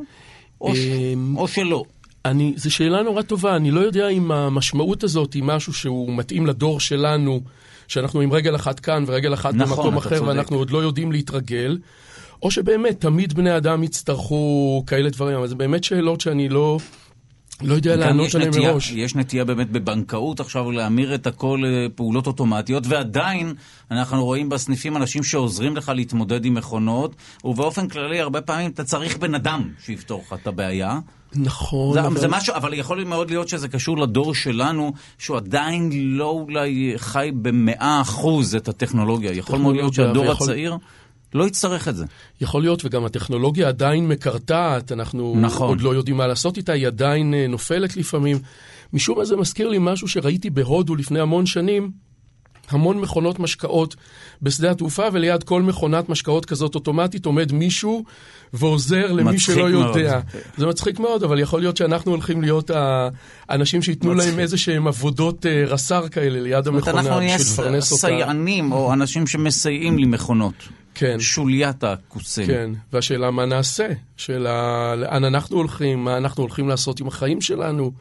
או שלא? זו שאלה נורא טובה, אני לא יודע אם המשמעות הזאת היא משהו שהוא מתאים לדור שלנו, שאנחנו עם רגל אחת כאן ורגל אחת במקום אחר, ואנחנו עוד לא יודעים להתרגל, או שבאמת תמיד בני אדם יצטרכו כאלה דברים, אבל זה באמת שאלות שאני לא יודע לענות עליהם מראש. יש נטייה באמת בבנקאות עכשיו להמיר את הכל לפעולות אוטומטיות, ועדיין אנחנו רואים בסניפים אנשים שעוזרים לך להתמודד עם מכונות, ובאופן כללי הרבה פעמים אתה צריך בן אדם שיפתור לך את הבעיה. נכון. זה משהו, אבל יכול מאוד להיות שזה קשור לדור שלנו, שהוא עדיין לא אולי חי ב100% את הטכנולוגיה. יכול מאוד להיות שהדור הצעיר לא יצטרך את זה. יכול להיות, וגם הטכנולוגיה עדיין מקרטעת, אנחנו עוד לא יודעים מה לעשות איתה, היא עדיין נופלת לפעמים. משום מה זה מזכיר לי משהו שראיתי בהודו לפני המון שנים, המון מכונות משקאות בשדה התעופה, וליד כל מכונת משקאות כזאת אוטומטית עומד מישהו ועוזר למי שלא יודע. זה מצחיק מאוד, אבל יכול להיות שאנחנו הולכים להיות האנשים שיתנו להם איזה שהם עבודות רס"ר כאלה ליד המכונה. אנחנו נהיה סייענים או אנשים שמסייעים לי מכונות. כן. שוליית הקוסם. כן, והשאלה מה נעשה? שאלה לאן אנחנו הולכים, מה אנחנו הולכים לעשות עם החיים שלנו.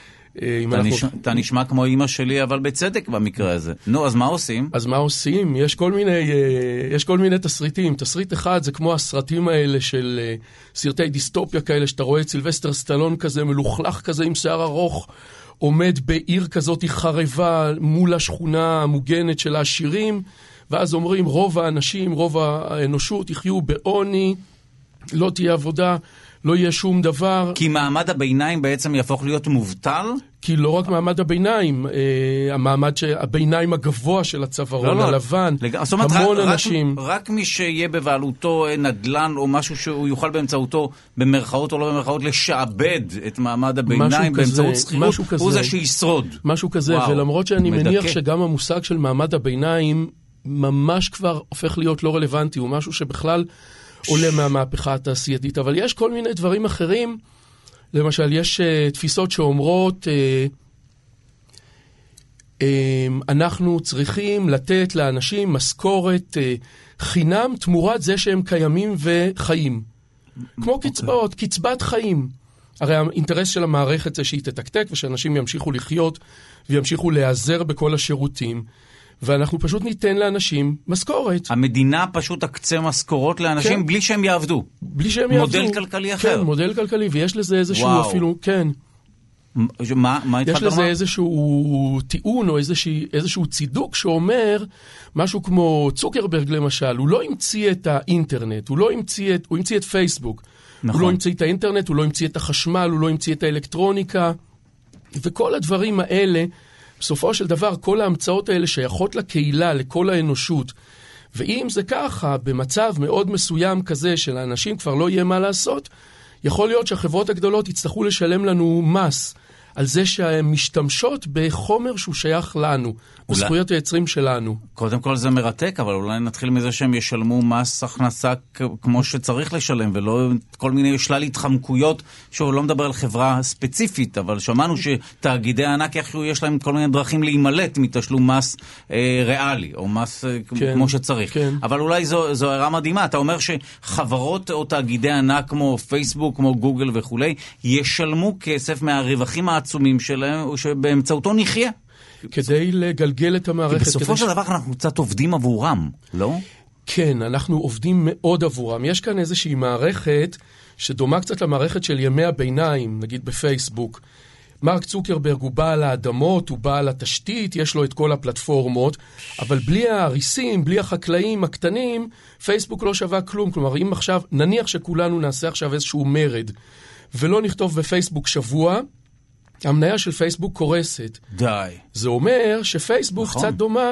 אתה נשמע כמו אמא שלי, אבל בצדק במקרה הזה. נו, אז מה עושים? אז מה עושים? יש כל מיני תסריטים. תסריט אחד זה כמו הסרטים האלה של סרטי דיסטופיה כאלה, שאתה רואה את סילבסטר סטלון כזה, מלוכלך כזה עם שיער ארוך, עומד בעיר כזאת חרבה מול השכונה המוגנת של העשירים, ואז אומרים רוב האנשים, רוב האנושות יחיו בעוני, לא תהיה עבודה, לא יהיה שום דבר. כי מעמד הביניים בעצם יהפוך להיות מובטל? כי לא רק מעמד הביניים, הביניים הגבוה של הצווארון הלבן, המון אנשים. רק מי שיהיה בבעלותו נדל"ן או משהו שהוא יוכל באמצעותו, במרכאות או לא במרכאות, לשעבד את מעמד הביניים באמצעות שכירות, הוא זה שישרוד. משהו כזה, ולמרות שאני מניח שגם המושג של מעמד הביניים ממש כבר הופך להיות לא רלוונטי, הוא משהו שבכלל עולה מהמהפכה התעשייתית, אבל יש כל מיני דברים אחרים, למשל יש תפיסות שאומרות, אנחנו צריכים לתת לאנשים משכורת חינם תמורת זה שהם קיימים וחיים. כמו קצבאות, קצבת חיים. הרי האינטרס של המערכת זה שהיא תתקתק, ושאנשים ימשיכו לחיות וימשיכו להיעזר בכל השירותים. ואנחנו פשוט ניתן לאנשים משכורת. המדינה פשוט תקצה משכורות לאנשים כן. בלי שהם יעבדו. בלי שהם יעבדו. מודל כלכלי אחר. כן, מודל כלכלי, ויש לזה איזשהו וואו. אפילו, כן. מה יש לזה איזשהו טיעון או איזשהו צידוק שאומר משהו כמו צוקרברג למשל, הוא לא המציא את האינטרנט, הוא המציא את פייסבוק. נכון. הוא לא המציא את האינטרנט, הוא לא המציא את החשמל, הוא לא המציא את האלקטרוניקה, וכל הדברים האלה, בסופו של דבר, כל ההמצאות האלה שייכות לקהילה, לכל האנושות. ואם זה ככה, במצב מאוד מסוים כזה של האנשים כבר לא יהיה מה לעשות, יכול להיות שהחברות הגדולות יצטרכו לשלם לנו מס על זה שהן משתמשות בחומר שהוא שייך לנו, בזכויות היצרים שלנו. קודם כל זה מרתק, אבל אולי נתחיל מזה שהם ישלמו מס הכנסה כמו שצריך לשלם, ולא כל מיני שלל התחמקויות, שהוא לא מדבר על חברה ספציפית, אבל שמענו שתאגידי הענק יש להם כל מיני דרכים להימלט מתשלום מס ריאלי, או מס כן, כמו שצריך. כן. אבל אולי זו הערה מדהימה. אתה אומר שחברות או תאגידי ענק כמו פייסבוק, כמו גוגל וכו', ישלמו כסף מהרווחים העצומים שלהם, שבאמצעותו נחיה. כדי לגלגל את המערכת. כי בסופו של דבר אנחנו קצת עובדים עבורם, לא? כן, אנחנו עובדים מאוד עבורם. יש כאן איזושהי מערכת שדומה קצת למערכת של ימי הביניים, נגיד בפייסבוק. מרק צוקרברג הוא בעל האדמות, הוא בעל התשתית, יש לו את כל הפלטפורמות, אבל בלי ההריסים, בלי החקלאים הקטנים, פייסבוק לא שווה כלום. כלומר, אם עכשיו, נניח שכולנו נעשה עכשיו איזשהו מרד, ולא נכתוב בפייסבוק שבוע, המניה של פייסבוק קורסת. די. זה אומר שפייסבוק נכון. קצת דומה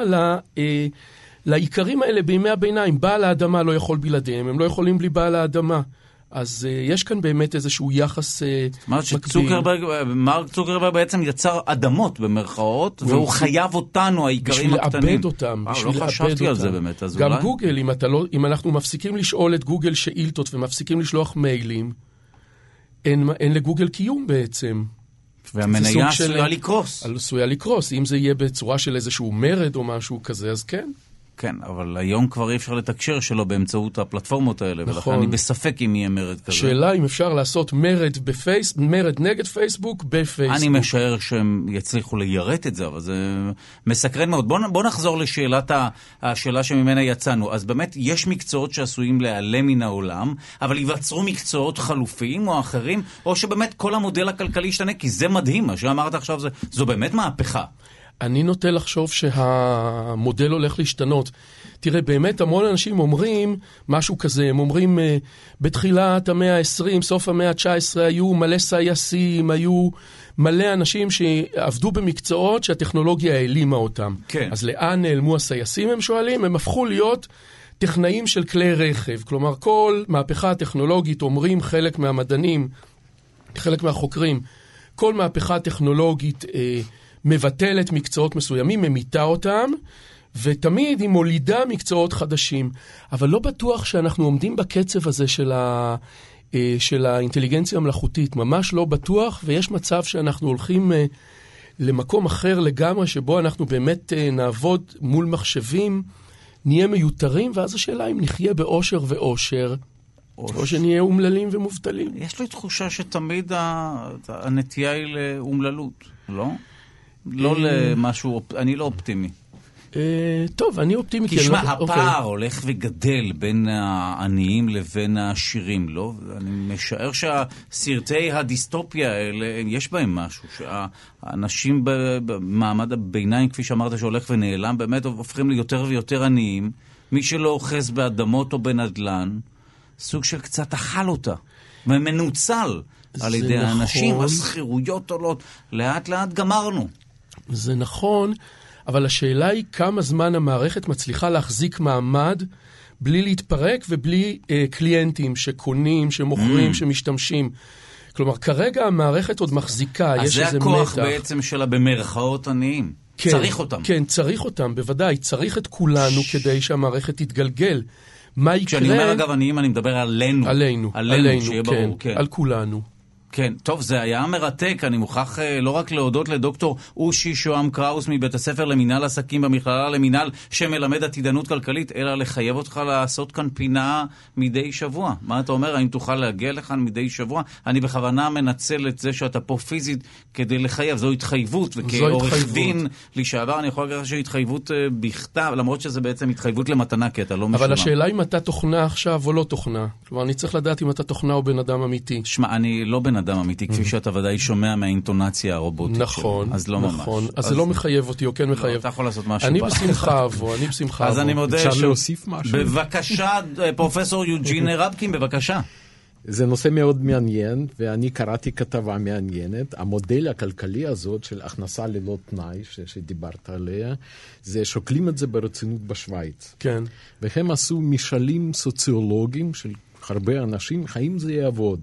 לעיקרים האלה בימי הביניים. בעל האדמה לא יכול בלעדיהם, הם לא יכולים בלי בעל האדמה. אז יש כאן באמת איזשהו יחס מקביל. מרק צוקרברג בעצם יצר אדמות במרכאות, והוא חייב אותנו, העיקרים הקטנים. בשביל לאבד אותם. לא חשבתי על זה באמת. גם גוגל, אם אנחנו מפסיקים לשאול את גוגל שאילתות, ומפסיקים לשלוח מיילים, אין לגוגל קיום בעצם. והמניה עשויה לקרוס. עשויה לקרוס, אם זה יהיה בצורה של איזשהו מרד או משהו כזה, אז כן. כן, אבל היום כבר אי אפשר לתקשר שלו באמצעות הפלטפורמות האלה, נכון. ולכן אני בספק אם יהיה מרד כזה. שאלה אם אפשר לעשות מרד נגד פייסבוק בפייסבוק. אני משער שהם יצליחו ליירט את זה, אבל זה מסקרן מאוד. בוא נחזור לשאלת השאלה שממנה יצאנו. אז באמת יש מקצועות שעשויים להיעלם מן העולם, אבל ייווצרו מקצועות חלופיים או אחרים, או שבאמת כל המודל הכלכלי ישתנה, כי זה מדהים, מה שאמרת עכשיו, זו באמת מהפכה. אני נוטה לחשוב שהמודל הולך להשתנות. תראה, באמת המון אנשים אומרים משהו כזה, הם אומרים בתחילת המאה ה-20, סוף המאה ה-19, היו מלא סייסים, היו מלא אנשים שעבדו במקצועות שהטכנולוגיה העלימה אותם. כן. אז לאן נעלמו הסייסים, הם שואלים? הם הפכו להיות טכנאים של כלי רכב. כלומר, כל מהפכה טכנולוגית, אומרים חלק מהמדענים, חלק מהחוקרים, כל מהפכה טכנולוגית מבטלת מקצועות מסוימים, ממיתה אותם, ותמיד היא מולידה מקצועות חדשים. אבל לא בטוח שאנחנו עומדים בקצב הזה של האינטליגנציה המלאכותית. ממש לא בטוח, ויש מצב שאנחנו הולכים למקום אחר לגמרי, שבו אנחנו באמת נעבוד מול מחשבים, נהיה מיותרים, ואז השאלה אם נחיה באושר ואושר, או שנהיה אומללים ומובטלים. יש לי תחושה שתמיד הנטייה היא לאומללות, לא? לא למשהו, אני לא אופטימי. טוב, אני אופטימי. כי שמע, הפער הולך וגדל בין העניים לבין העשירים, לא? אני משער שהסרטי הדיסטופיה האלה, יש בהם משהו, שהאנשים במעמד הביניים, כפי שאמרת, שהולך ונעלם, באמת הופכים ליותר ויותר עניים, מי שלא אוחז באדמות או בנדלן, סוג של קצת אכל אותה, ומנוצל על ידי האנשים, הסחירויות עולות, לאט לאט גמרנו. זה נכון, אבל השאלה היא כמה זמן המערכת מצליחה להחזיק מעמד בלי להתפרק ובלי קליינטים שקונים, שמוכרים, שמשתמשים. כלומר, כרגע המערכת עוד מחזיקה, יש איזה מתח. אז זה הכוח בעצם שלה במרכאות עניים. כן, צריך אותם. כן, צריך אותם, בוודאי. צריך את כולנו כדי שהמערכת תתגלגל. מה יקרה? כשאני אומר אגב עניים, אני מדבר עלינו. עלינו, שיהיה כן, ברור, כן. על כולנו. כן, טוב, זה היה מרתק. אני מוכרח לא רק להודות לדוקטור אושי שוהם קראוס מבית הספר למינהל עסקים במכללה למינהל שמלמד עתידנות כלכלית, אלא לחייב אותך לעשות כאן פינה מדי שבוע. מה אתה אומר? האם תוכל להגיע לכאן מדי שבוע? אני בכוונה מנצל את זה שאתה פה פיזית כדי לחייב. זו התחייבות, וכעורך דין לשעבר אני יכול להגיד שהתחייבות בכתב, למרות שזה בעצם התחייבות למתנה, כי אתה לא משומע. אבל השאלה אם אתה תוכנה עכשיו או לא תוכנה. כלומר, אני צריך לדעת אם אתה תוכנה או בן אדם אמיתי. שמע, אני לא בן אדם אמיתי, כפי שאתה ודאי שומע מהאינטונציה הרובוטית. נכון, אז לא ממש. אז זה לא מחייב אותי, או כן מחייב. אתה יכול לעשות משהו. אני בשמחה אבו, אני בשמחה אבו. אז אני מודה אפשר להוסיף משהו? בבקשה, פרופסור יוג'ין רבקין, בבקשה. זה נושא מאוד מעניין, ואני קראתי כתבה מעניינת. המודל הכלכלי הזאת של הכנסה ללא תנאי, שדיברת עליה, זה שוקלים את זה ברצינות בשוויץ. כן. והם עשו משאלים סוציולוגיים של הרבה אנשים, האם זה יעבוד?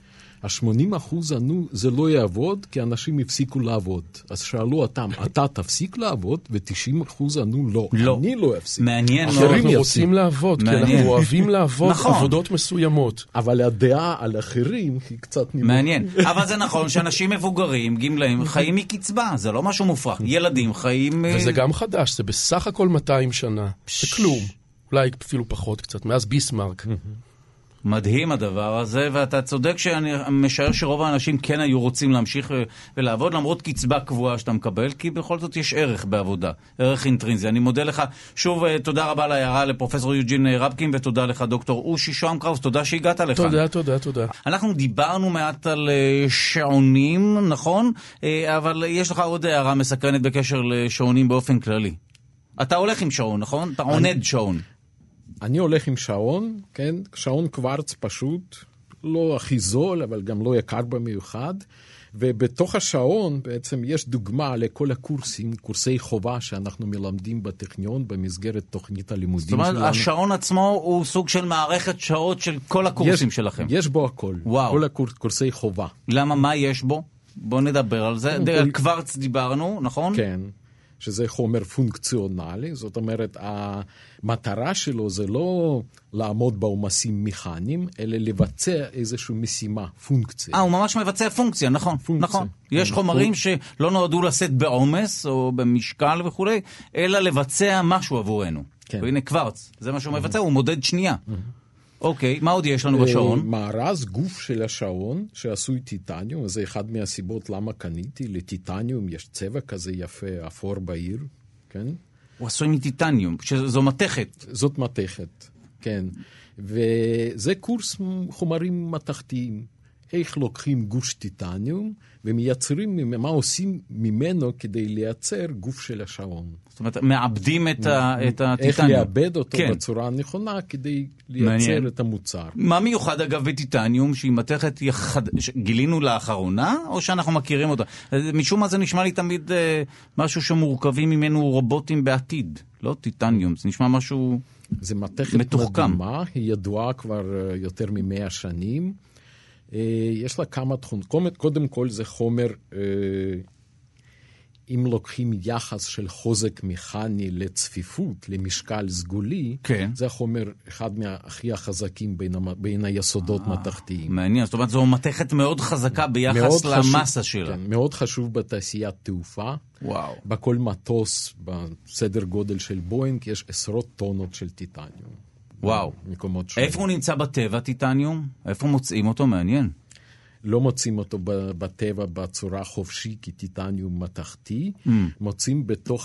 ה-80% ענו, זה לא יעבוד, כי אנשים הפסיקו לעבוד. אז שאלו אותם, אתה תפסיק לעבוד? ו-90% ענו, לא. אני לא אפסיק. מעניין. אנחנו רוצים לעבוד, כי אנחנו אוהבים לעבוד עבודות מסוימות. אבל הדעה על אחרים היא קצת נמוכה. מעניין. אבל זה נכון שאנשים מבוגרים, גמלאים, חיים מקצבה. זה לא משהו מופרך. ילדים חיים... וזה גם חדש, זה בסך הכל 200 שנה. זה כלום. אולי אפילו פחות קצת, מאז ביסמרק. מדהים הדבר הזה, ואתה צודק שאני משער שרוב האנשים כן היו רוצים להמשיך ולעבוד, למרות קצבה קבועה שאתה מקבל, כי בכל זאת יש ערך בעבודה, ערך אינטרינזי. אני מודה לך. שוב, תודה רבה להערה לפרופסור יוג'ין רבקין, ותודה לך דוקטור אושי שוהם קראוס, תודה שהגעת לכאן. תודה. אנחנו דיברנו מעט על שעונים, נכון? אבל יש לך עוד הערה מסקרנת בקשר לשעונים באופן כללי. אתה הולך עם שעון, נכון? אתה עונד שעון. אני הולך עם שעון, כן? שעון קוורץ פשוט, לא הכי זול, אבל גם לא יקר במיוחד. ובתוך השעון בעצם יש דוגמה לכל הקורסים, קורסי חובה שאנחנו מלמדים בטכניון במסגרת תוכנית הלימודים שלנו. זאת אומרת, השעון עצמו הוא סוג של מערכת שעות של כל הקורסים שלכם. יש בו הכל. וואו. כל הקורסי חובה. למה? מה יש בו? בוא נדבר על זה. קוורץ דיברנו, נכון? כן. שזה חומר פונקציונלי, זאת אומרת, המטרה שלו זה לא לעמוד בעומסים מכניים, אלא לבצע איזושהי משימה, פונקציה. הוא ממש מבצע פונקציה, נכון. נכון. יש חומרים שלא נועדו לשאת בעומס או במשקל וכו', אלא לבצע משהו עבורנו. והנה קוורץ, זה מה שהוא מבצע, הוא מודד שנייה. אוקיי, מה עוד יש לנו בשעון? מארז גוף של השעון שעשוי טיטניום, וזה אחד מהסיבות למה קניתי. לטיטניום יש צבע כזה יפה, אפור בהיר, כן? הוא עשוי מטיטניום, שזו מתכת. זאת מתכת, כן. וזה קורס חומרים מתכתיים. איך לוקחים גוש טיטניום ומייצרים, מה עושים ממנו כדי לייצר גוף של השעון. זאת אומרת, מעבדים את הטיטניום. איך לאבד אותו בצורה הנכונה כדי לייצר את המוצר. מה מיוחד אגב בטיטניום, שהיא מתכת גילינו לאחרונה, או שאנחנו מכירים אותה? משום מה זה נשמע לי תמיד משהו שמורכבים ממנו רובוטים בעתיד. לא טיטניום, זה נשמע משהו מתוחכם. זה מתכת מדהימה, היא ידועה כבר יותר מ100 שנים. יש לה כמה תכונות. קודם כל זה חומר, אם לוקחים יחס של חוזק מכני לצפיפות, למשקל סגולי, כן. זה חומר אחד הכי החזקים בין היסודות מתכתיים. מעניין, זאת אומרת זו מתכת מאוד חזקה ביחס למסה שלה. כן, מאוד חשוב בתעשיית תעופה. וואו. בכל מטוס, בסדר גודל של בואינג, יש עשרות טונות של טיטניום. וואו. איפה הוא נמצא בטבע, טיטניום? איפה מוצאים אותו? מעניין. לא מוצאים אותו בטבע בצורה חופשי כטיטניום מתכתי. מוצאים בתוך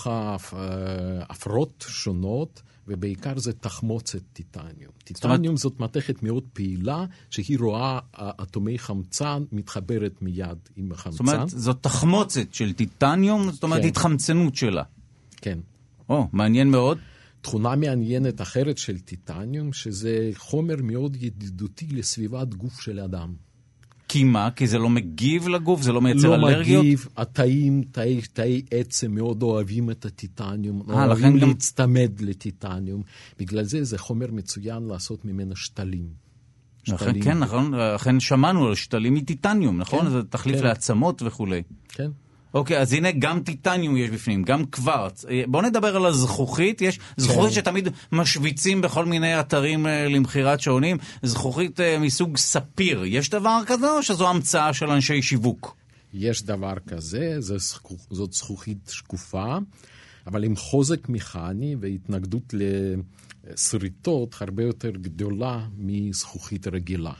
אפרות שונות, ובעיקר זה תחמוצת טיטניום. טיטניום זאת מתכת מאוד פעילה, שהיא רואה אטומי חמצן מתחברת מיד עם החמצן. זאת אומרת, זאת תחמוצת של טיטניום, זאת אומרת, התחמצנות שלה. כן. מעניין מאוד. תכונה מעניינת אחרת של טיטניום, שזה חומר מאוד ידידותי לסביבת גוף של אדם. כי מה? כי זה לא מגיב לגוף? זה לא מייצר אלרגיות? לא מגיב. תאי עצם מאוד אוהבים את הטיטניום, אוהבים להצטמד לטיטניום. בגלל זה חומר מצוין לעשות ממנו שתלים. כן, נכון. לכן שמענו על שתלים מטיטניום, נכון? זה תחליף לעצמות וכו'. כן. אוקיי, אז הנה גם טיטניום יש בפנים, גם קוורץ. בואו נדבר על הזכוכית. יש זכוכית שתמיד משוויצים בכל מיני אתרים למחירת שעונים. זכוכית מסוג ספיר. יש דבר כזה או שזו המצאה של אנשי שיווק? יש דבר כזה, זאת זכוכית שקופה, אבל עם חוזק מכני והתנגדות לשריטות הרבה יותר גדולה מזכוכית רגילה.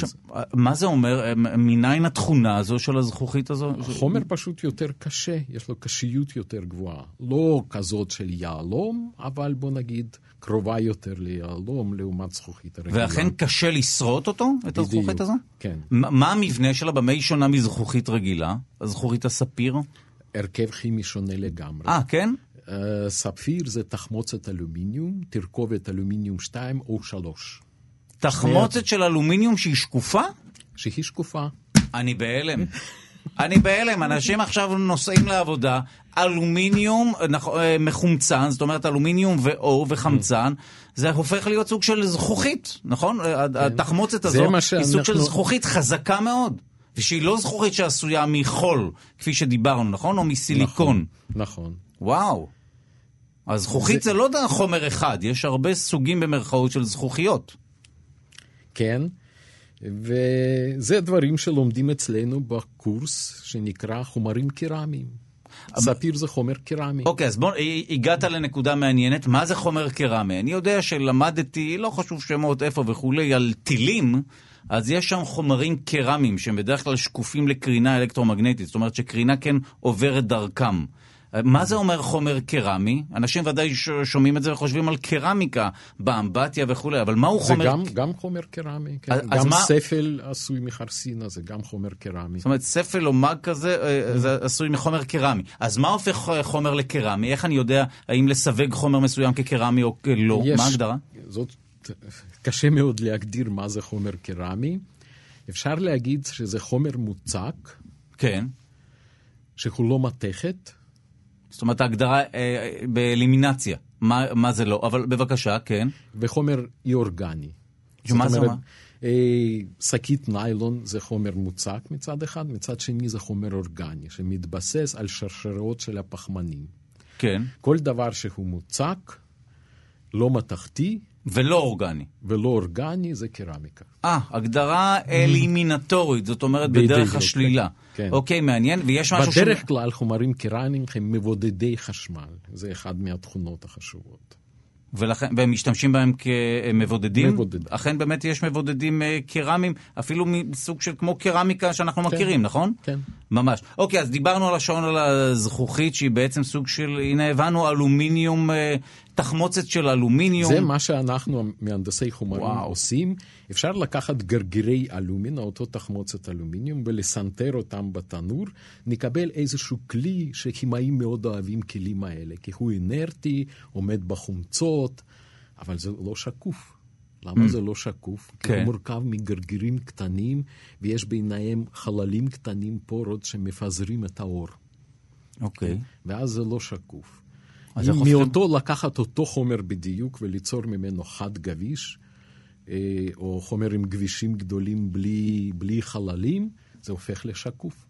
מה זה אומר? מניין התכונה הזו של הזכוכית הזו? החומר פשוט יותר קשה, יש לו קשיות יותר גבוהה. לא כזאת של יהלום, אבל בוא נגיד קרובה יותר ליהלום לעומת זכוכית הרגילה. ואכן קשה לשרוט אותו, את הזכוכית הזו? כן. מה המבנה שלה? במה היא שונה מזכוכית רגילה? הזכוכית הספיר? הרכב כימי שונה לגמרי. כן? ספיר זה תחמוצת אלומיניום, תרכובת אלומיניום 2 או 3. תחמוצת של אלומיניום שהיא שקופה? שהיא שקופה. אני בהלם. אני בהלם. אנשים עכשיו נוסעים לעבודה, אלומיניום מחומצן, זאת אומרת אלומיניום ואור וחמצן, זה הופך להיות סוג של זכוכית, נכון? התחמוצת הזו היא סוג של זכוכית חזקה מאוד, ושהיא לא זכוכית שעשויה מחול, כפי שדיברנו, נכון? או מסיליקון. נכון. וואו. אז זכוכית זה לא חומר אחד, יש הרבה סוגים במרכאות של זכוכיות. כן, וזה דברים שלומדים אצלנו בקורס שנקרא חומרים קרמיים. ספיר זה חומר קרמי. אוקיי, אז הגעת לנקודה מעניינת. מה זה חומר קרמי? אני יודע שלמדתי, לא חשוב שמות איפה וכולי, על טילים, אז יש שם חומרים קרמיים שהם בדרך כלל שקופים לקרינה אלקטרומגנטית. זאת אומרת שקרינה כן עוברת דרכם. מה זה אומר חומר קרמי? אנשים ודאי שומעים את זה וחושבים על קרמיקה, באמבטיה וכו', אבל מהו חומר... זה גם חומר קרמי, כן. גם ספל עשוי מחרסינה, זה גם חומר קרמי. זאת אומרת, ספל או מג כזה, זה עשוי מחומר קרמי. אז מה הופך חומר לקרמי? איך אני יודע האם לסווג חומר מסוים כקרמי או לא? מה ההגדרה? זאת קשה מאוד להגדיר מה זה חומר קרמי. אפשר להגיד שזה חומר מוצק. כן. שהוא לא מתכת. זאת אומרת, ההגדרה באלימינציה. מה זה לא? אבל בבקשה, כן. וחומר אי-אורגני. מה זה אומר? שקית ניילון זה חומר מוצק מצד אחד, מצד שני זה חומר אורגני, שמתבסס על שרשרות של הפחמנים. כן. כל דבר שהוא מוצק, לא מתכתי, ולא אורגני. ולא אורגני, זה קרמיקה. הגדרה אלימינטורית, זאת אומרת בדרך השלילה. כן. אוקיי, מעניין, ויש משהו בדרך כלל חומרים קרמיים הם מבודדי חשמל. זה אחד מהתכונות החשובות. והם משתמשים בהם כמבודדים? מבודדים. אכן באמת יש מבודדים קרמיים, אפילו מסוג של כמו קרמיקה שאנחנו מכירים, נכון? כן. ממש. אוקיי, אז דיברנו על השעון על הזכוכית, שהיא בעצם סוג של, הנה הבנו, אלומיניום, תחמוצת של אלומיניום. זה מה שאנחנו, מהנדסי חומרים, עושים. אפשר לקחת גרגירי אלומין, אותו תחמוצת אלומיניום, ולסנטר אותם בתנור. נקבל איזשהו כלי שכימאים מאוד אוהבים כלים האלה, כי הוא אינרטי, עומד בחומצות, אבל זה לא שקוף. למה זה לא שקוף? כי הוא מורכב מגרגירים קטנים, ויש ביניהם חללים קטנים, פורות, שמפזרים את האור. אוקיי. ואז זה לא שקוף. מאותו לקחת אותו חומר בדיוק וליצור ממנו חד גביש, או חומר עם גבישים גדולים בלי חללים, זה הופך לשקוף.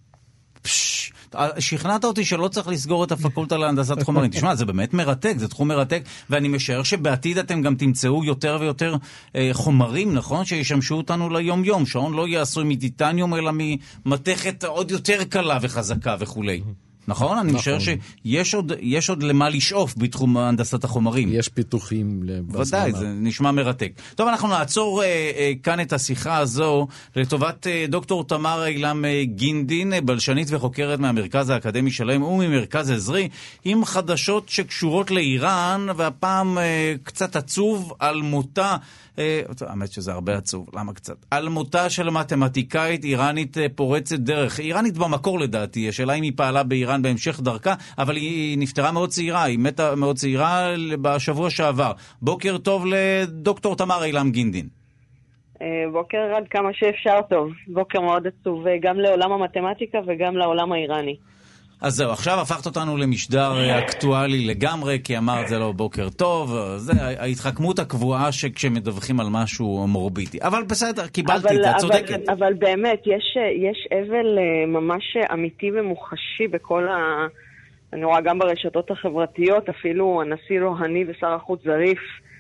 שכנעת אותי שלא צריך לסגור את הפקולטה להנדסת חומרים. תשמע, זה באמת מרתק, זה תחום מרתק, ואני משער שבעתיד אתם גם תמצאו יותר ויותר חומרים, נכון? שישמשו אותנו ליום יום. שעון לא יעשו מטיטניום, אלא ממתכת עוד יותר קלה וחזקה וכולי. נכון? אני משער שיש עוד למה לשאוף בתחום הנדסת החומרים. יש פיתוחים. ודאי, זה נשמע מרתק. טוב, אנחנו נעצור כאן את השיחה הזו לטובת דוקטור תמר אילם גינדין, בלשנית וחוקרת מהמרכז האקדמי שלהם וממרכז עזרי, עם חדשות שקשורות לאיראן, והפעם קצת עצוב על מותה, האמת שזה הרבה עצוב, למה קצת? על מותה של מתמטיקאית איראנית פורצת דרך. איראנית במקור לדעתי, השאלה אם היא פעלה באיראן בהמשך דרכה, אבל היא נפטרה מאוד צעירה, היא מתה מאוד צעירה בשבוע שעבר. בוקר טוב לדוקטור תמר אילם גינדין. בוקר עד כמה שאפשר טוב. בוקר מאוד עצוב, גם לעולם המתמטיקה וגם לעולם האיראני. אז זהו, עכשיו הפכת אותנו למשדר אקטואלי לגמרי, כי אמרת זה לא בוקר טוב, זה ההתחכמות הקבועה שכשמדווחים על משהו מורביטי. אבל בסדר, קיבלתי, אתה צודקת. אבל באמת, יש אבל ממש אמיתי ומוחשי בכל אני רואה גם ברשתות החברתיות, אפילו הנשיא רוהני ושר החוץ זריף,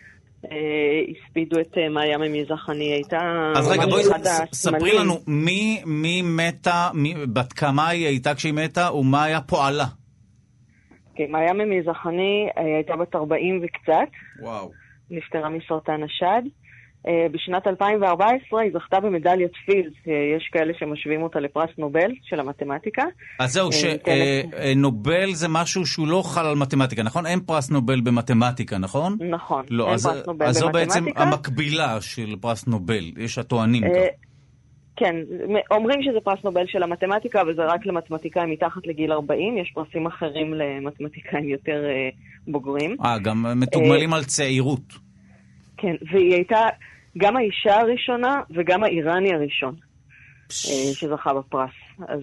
הספידו את מאיה ממזרחני, הייתה אז רגע, בואי ספרי לנו מי מתה, בת כמה היא הייתה כשהיא מתה ומה היה פועלה? כן, מאיה ממזרחני הייתה בת 40 וקצת. וואו. נפטרה מסרטן השד. בשנת 2014 היא זכתה במדליית פילד, יש כאלה שמשווים אותה לפרס נובל של המתמטיקה. אז זהו, שנובל זה משהו שהוא לא חל על מתמטיקה, נכון? אין פרס נובל במתמטיקה, נכון? נכון, לא, אין פרס נובל במתמטיקה. אז זו בעצם המקבילה של פרס נובל, יש הטוענים כך. כן, אומרים שזה פרס נובל של המתמטיקה, אבל זה רק למתמטיקאים מתחת לגיל 40, יש פרסים אחרים למתמטיקאים יותר בוגרים. גם מתוגמלים על צעירות. כן, והיא הייתה גם האישה הראשונה וגם האיראני הראשון שזכה בפרס. אז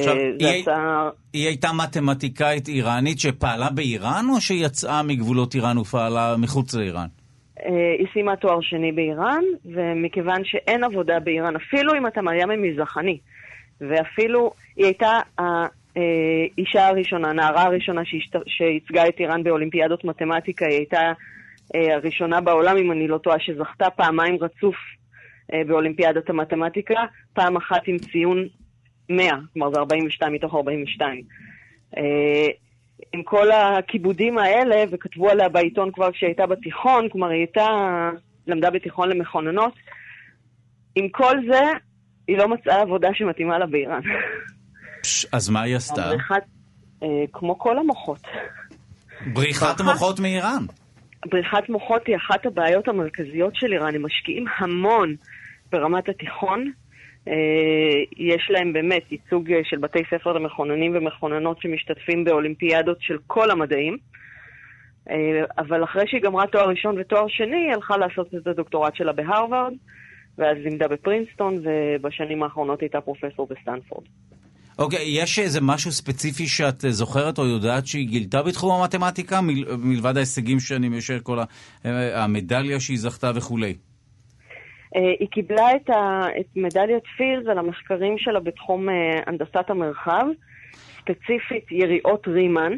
היא הייתה מתמטיקאית איראנית שפעלה באיראן, או שיצאה מגבולות איראן ופעלה מחוץ לאיראן? היא סיימה תואר שני באיראן, ומכיוון שאין עבודה באיראן, אפילו אם אתה מאיה ממזרחני, ואפילו היא הייתה האישה הראשונה, הנערה הראשונה שייצגה את איראן באולימפיאדות מתמטיקה, היא הייתה הראשונה בעולם, אם אני לא טועה, שזכתה פעמיים רצוף באולימפיאדת המתמטיקה, פעם אחת עם ציון 100, כלומר זה 42 מתוך 42. עם כל הכיבודים האלה, וכתבו עליה בעיתון כבר כשהייתה בתיכון, כלומר היא למדה בתיכון למכוננות, עם כל זה היא לא מצאה עבודה שמתאימה לה באיראן. אז מה היא עשתה? כמו כל המוחות. בריחת מוחות מאיראן. בריחת מוחות היא אחת הבעיות המרכזיות של איראן. הם משקיעים המון ברמת התיכון. יש להם באמת ייצוג של בתי ספר למכוננים ומכוננות שמשתתפים באולימפיאדות של כל המדעים. אבל אחרי שהיא גמרה תואר ראשון ותואר שני, היא הלכה לעשות את הדוקטורט שלה בהרווארד, ואז לימדה בפרינסטון, ובשנים האחרונות הייתה פרופסור בסטנפורד. אוקיי, יש איזה משהו ספציפי שאת זוכרת או יודעת שהיא גילתה בתחום המתמטיקה, מלבד ההישגים שאני משאר כל המדליה שהיא זכתה וכולי? היא קיבלה את מדליית פילד על המחקרים שלה בתחום הנדסת המרחב, ספציפית יריעות רימן.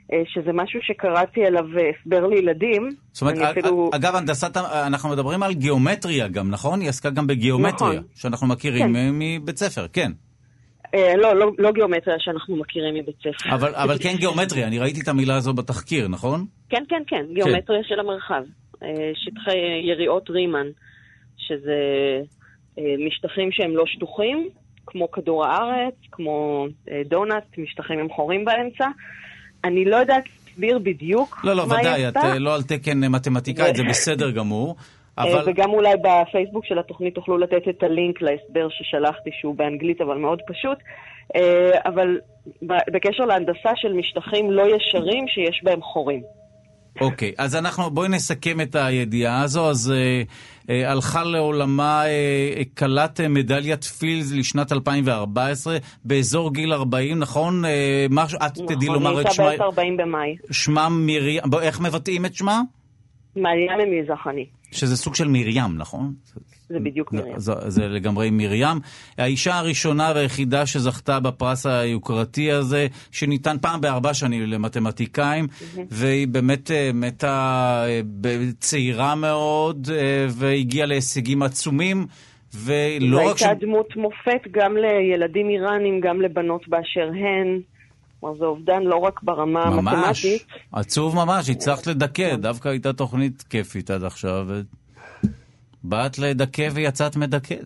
שזה משהו שקראתי עליו הסבר לילדים. זאת אומרת, אגב, הנדסת, אנחנו מדברים על גיאומטריה גם, נכון? היא עסקה גם בגיאומטריה, נכון. שאנחנו מכירים מבית ספר, כן. לא גיאומטריה שאנחנו מכירים מבית ספר. אבל כן גיאומטריה, אני ראיתי את המילה הזו בתחקיר, נכון? כן, גיאומטריה של המרחב. שטחי יריעות רימן, שזה משטחים שהם לא שטוחים, כמו כדור הארץ, כמו דונט, משטחים עם חורים באמצע. אני לא יודעת להסביר בדיוק מה היא עשתה. לא, ודאי, את לא על תקן מתמטיקאית, זה בסדר גמור. וגם אולי בפייסבוק של התוכנית תוכלו לתת את הלינק להסבר ששלחתי, שהוא באנגלית, אבל מאוד פשוט. אבל בקשר להנדסה של משטחים לא ישרים שיש בהם חורים. אוקיי, אז בואי נסכם את הידיעה הזו. אז הלכה לעולמה קלת מדליית פילס לשנת 2014 באזור גיל 40, נכון? את תדעי לומר את שמה. היא הייתה ב-40 במאי. שמה מרים, איך מבטאים את שמה? מרים מזרחני. שזה סוג של מרים, נכון? זה בדיוק מרים. זה לגמרי מרים. האישה הראשונה והיחידה שזכתה בפרס היוקרתי הזה, שניתן פעם ב4 שנים למתמטיקאים, והיא באמת מתה צעירה מאוד, והגיעה להישגים עצומים, ולא רק הייתה דמות מופת גם לילדים איראנים, גם לבנות באשר הן. כלומר, זה אובדן לא רק ברמה המתמטית. עצוב ממש, הצלחת לדכא, דווקא הייתה תוכנית כיפית עד עכשיו, באת לדכא ויצאת מדכאת.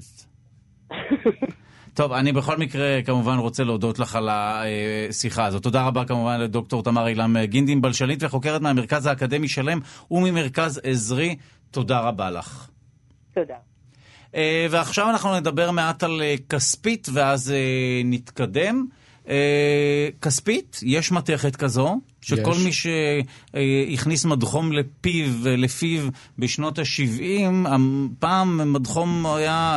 טוב, אני בכל מקרה כמובן רוצה להודות לך על השיחה הזאת. תודה רבה כמובן לדוקטור תמר אילם גינדין, בלשנית וחוקרת מהמרכז האקדמי שלם וממרכז עזרי. תודה רבה לך. תודה. ועכשיו אנחנו נדבר מעט על כספית ואז נתקדם. כספית, יש מתכת כזו, שכל מי שהכניס מדחום לפיו בשנות ה-70, פעם מדחום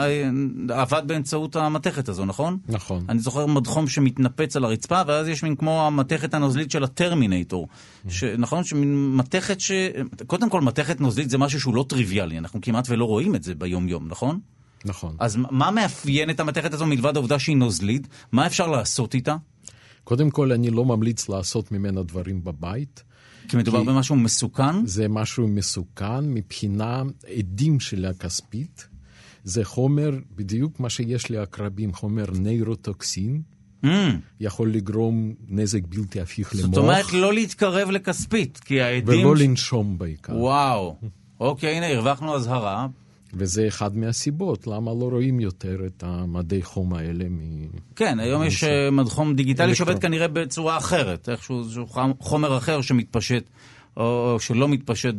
עבד באמצעות המתכת הזו, נכון? נכון. אני זוכר מדחום שמתנפץ על הרצפה, ואז יש מין כמו המתכת הנוזלית של הטרמינטור. נכון? מתכת קודם כל, מתכת נוזלית זה משהו שהוא לא טריוויאלי, אנחנו כמעט ולא רואים את זה ביום-יום, נכון? נכון. אז מה מאפיין את המתכת הזו מלבד העובדה שהיא נוזלית? מה אפשר לעשות איתה? קודם כל, אני לא ממליץ לעשות ממנה דברים בבית. כי מדובר במשהו מסוכן? זה משהו מסוכן מבחינה עדים של הכספית. זה חומר, בדיוק מה שיש לעקרבים, חומר נוירוטוקסין. יכול לגרום נזק בלתי הפיך למוח. זאת אומרת, לא להתקרב לכספית, כי העדים... ולא לנשום בעיקר. וואו. אוקיי, הנה, הרווחנו הזהרה. וזה אחד מהסיבות, למה לא רואים יותר את המדי חום האלה כן, היום יש מדחום דיגיטלי שעובד כנראה בצורה אחרת, איכשהו חומר אחר שמתפשט, או שלא מתפשט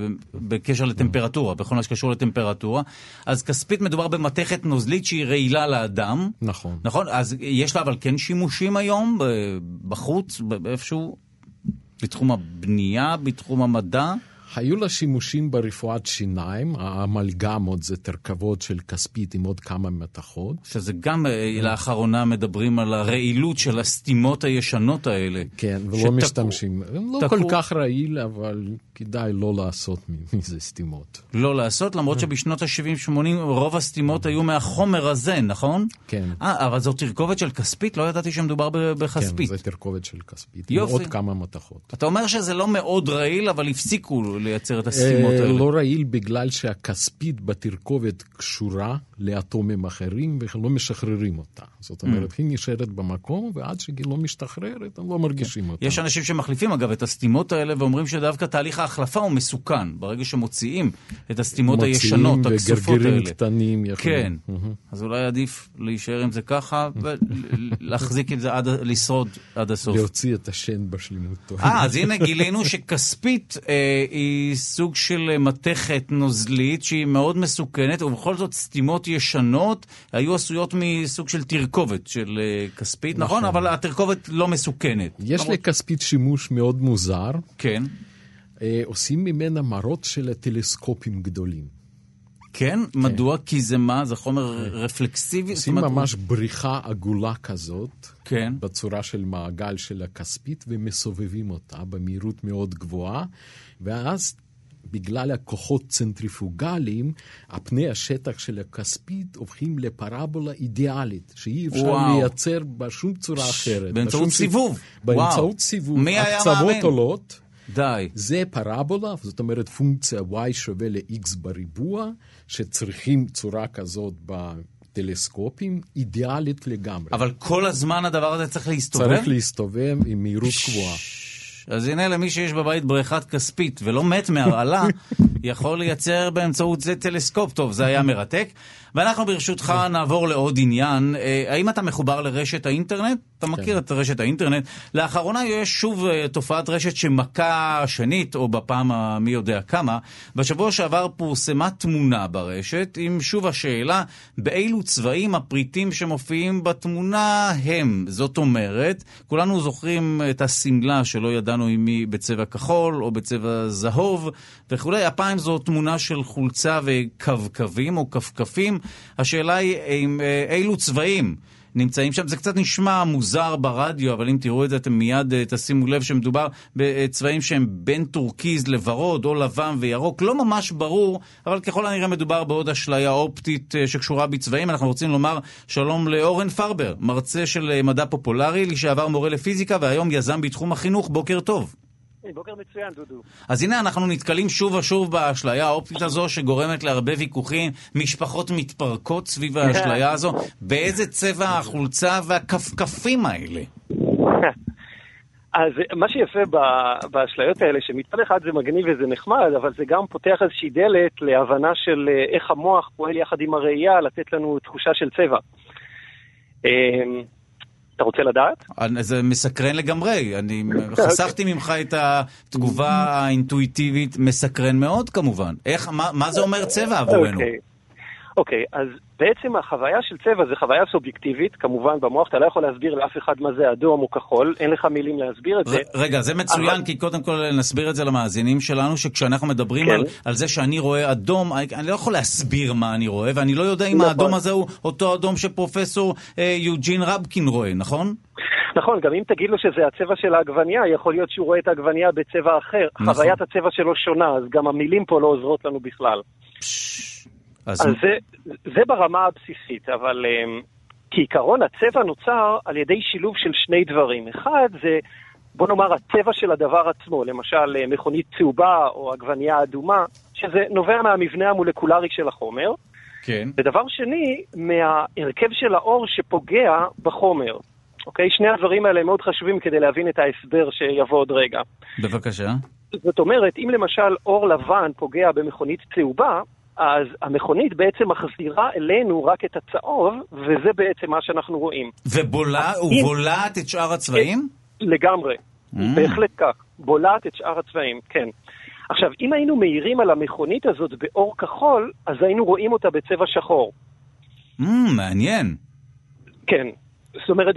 בקשר לטמפרטורה, בכל מה שקשור לטמפרטורה. אז כספית מדובר במתכת נוזלית שהיא רעילה לאדם. נכון. נכון? אז יש לה אבל כן שימושים היום, בחוץ, איפשהו, בתחום הבנייה, בתחום המדע. היו לה שימושים ברפואת שיניים, האמלגמות זה תרכבות של כספית עם עוד כמה מתכות. שזה גם לאחרונה מדברים על הרעילות של הסתימות הישנות האלה. כן, ולא משתמשים. הם לא כל כך רעיל, אבל כדאי לא לעשות מזה סתימות. לא לעשות, למרות שבשנות ה-70-80 רוב הסתימות היו מהחומר הזה, נכון? כן. אבל זו תרכובת של כספית? לא ידעתי שמדובר בכספית. כן, זו תרכובת של כספית. עם עוד כמה מתכות. אתה אומר שזה לא מאוד רעיל, אבל הפסיקו לייצר את הסתימות האלה. לא רעיל בגלל שהכספית בתרכובת קשורה לאטומים אחרים ולא משחררים אותה. זאת אומרת, היא נשארת במקום, ועד שהיא לא משתחררת, הם לא מרגישים אותה. יש אנשים שמחליפים אגב את הסתימות האלה ואומרים שדווקא תהליך ההחלפה הוא מסוכן. ברגע שמוציאים את הסתימות הישנות, הכסופות האלה. וגרגירים קטנים יכולים. כן. אז אולי עדיף להישאר עם זה ככה ולהחזיק עם זה לשרוד עד הסוף. להוציא את השן בשלמותו. אז הנה גילינו שכספית היא סוג של מתכת נוזלית שהיא מאוד מסוכנת, ובכל זאת סתימות ישנות היו עשויות מסוג של תרכובת של כספית, נכון? אבל התרכובת לא מסוכנת. יש לכספית שימוש מאוד מוזר. כן. עושים ממנה מרות של טלסקופים גדולים. כן? מדוע? כי זה מה? זה חומר רפלקסיבי? עושים ממש בריחה עגולה כזאת, כן. בצורה של מעגל של הכספית, ומסובבים אותה במהירות מאוד גבוהה, ואז בגלל הכוחות צנטריפוגליים, הפני השטח של הכספית הופכים לפרבולה אידיאלית, שאי אפשר לייצר בשום צורה אחרת. באמצעות סיבוב. באמצעות סיבוב. הקצוות עולות. די. זה פרבולה, זאת אומרת פונקציה y שווה ל-x בריבוע, שצריכים צורה כזאת בטלסקופים, אידיאלית לגמרי. אבל כל הזמן הדבר הזה צריך להסתובב? צריך להסתובב עם מהירות קבועה. אז הנה למי שיש בבית בריכת כספית ולא מת מהרעלה, יכול לייצר באמצעות זה טלסקופ. טוב, זה היה מרתק. ואנחנו ברשותך נעבור לעוד עניין. האם אתה מחובר לרשת האינטרנט? אתה מכיר את רשת האינטרנט. לאחרונה יש שוב תופעת רשת שמכה שנית, או בפעם מי יודע כמה. בשבוע שעבר פורסמה תמונה ברשת, עם שוב השאלה, באילו צבעים הפריטים שמופיעים בתמונה הם. זאת אומרת, כולנו זוכרים את הסמלה שלא ידענו אם היא בצבע כחול, או בצבע זהוב, וכו'. הפעם זו תמונה של חולצה וקווקבים, או כפכפים. השאלה היא אילו צבעים נמצאים שם. זה קצת נשמע מוזר ברדיו, אבל אם תראו את זה אתם מיד תשימו לב שמדובר בצבעים שהם בין טורקיז לוורוד או לבן וירוק. לא ממש ברור, אבל ככל הנראה מדובר בעוד אשליה אופטית שקשורה בצבעים. אנחנו רוצים לומר שלום לאורן פרבר, מרצה של מדע פופולרי, לשעבר מורה לפיזיקה והיום יזם בתחום החינוך. בוקר טוב. בוקר מצוין, דודו. אז הנה אנחנו נתקלים שוב ושוב באשליה האופטית הזו שגורמת להרבה ויכוחים, משפחות מתפרקות סביב האשליה הזו. באיזה צבע החולצה והכפכפים האלה? אז מה שיפה באשליות האלה, שמצד אחד זה מגניב וזה נחמד, אבל זה גם פותח איזושהי דלת להבנה של איך המוח פועל יחד עם הראייה, לתת לנו תחושה של צבע. אתה רוצה לדעת? זה מסקרן לגמרי. אני חסכתי ממך את התגובה האינטואיטיבית, מסקרן מאוד כמובן. מה זה אומר צבע עבורנו? אוקיי, אז בעצם החוויה של צבע זה חוויה סובייקטיבית, כמובן במוח אתה לא יכול להסביר לאף אחד מה זה אדום או כחול, אין לך מילים להסביר את זה. רגע, זה מצוין, כי קודם כל נסביר את זה למאזינים שלנו, שכשאנחנו מדברים על זה שאני רואה אדום, אני לא יכול להסביר מה אני רואה, ואני לא יודע אם האדום הזה הוא אותו אדום שפרופסור יוג'ין רבקין רואה, נכון? נכון, גם אם תגיד לו שזה הצבע של העגבניה, יכול להיות שהוא רואה את העגבניה בצבע אחר. חוויית הצבע שלו שונה, אז גם המילים פה לא עוזרות לנו בכלל. אז זה ברמה הבסיסית, אבל כעיקרון הצבע נוצר על ידי שילוב של שני דברים. אחד זה, בוא נאמר, הצבע של הדבר עצמו, למשל מכונית צהובה או עגבניה אדומה, שזה נובע מהמבנה המולקולרי של החומר. כן. ודבר שני, מההרכב של האור שפוגע בחומר. אוקיי? שני הדברים האלה הם מאוד חשובים כדי להבין את ההסבר שיבוא עוד רגע. בבקשה. זאת אומרת, אם למשל אור לבן פוגע במכונית צהובה, אז המכונית בעצם מחזירה אלינו רק את הצהוב, וזה בעצם מה שאנחנו רואים. ובולעת את שאר הצבעים? לגמרי, בהחלט כך. בולעת את שאר הצבעים, כן. עכשיו, אם היינו מאירים על המכונית הזאת באור כחול, אז היינו רואים אותה בצבע שחור. מעניין. כן, זאת אומרת,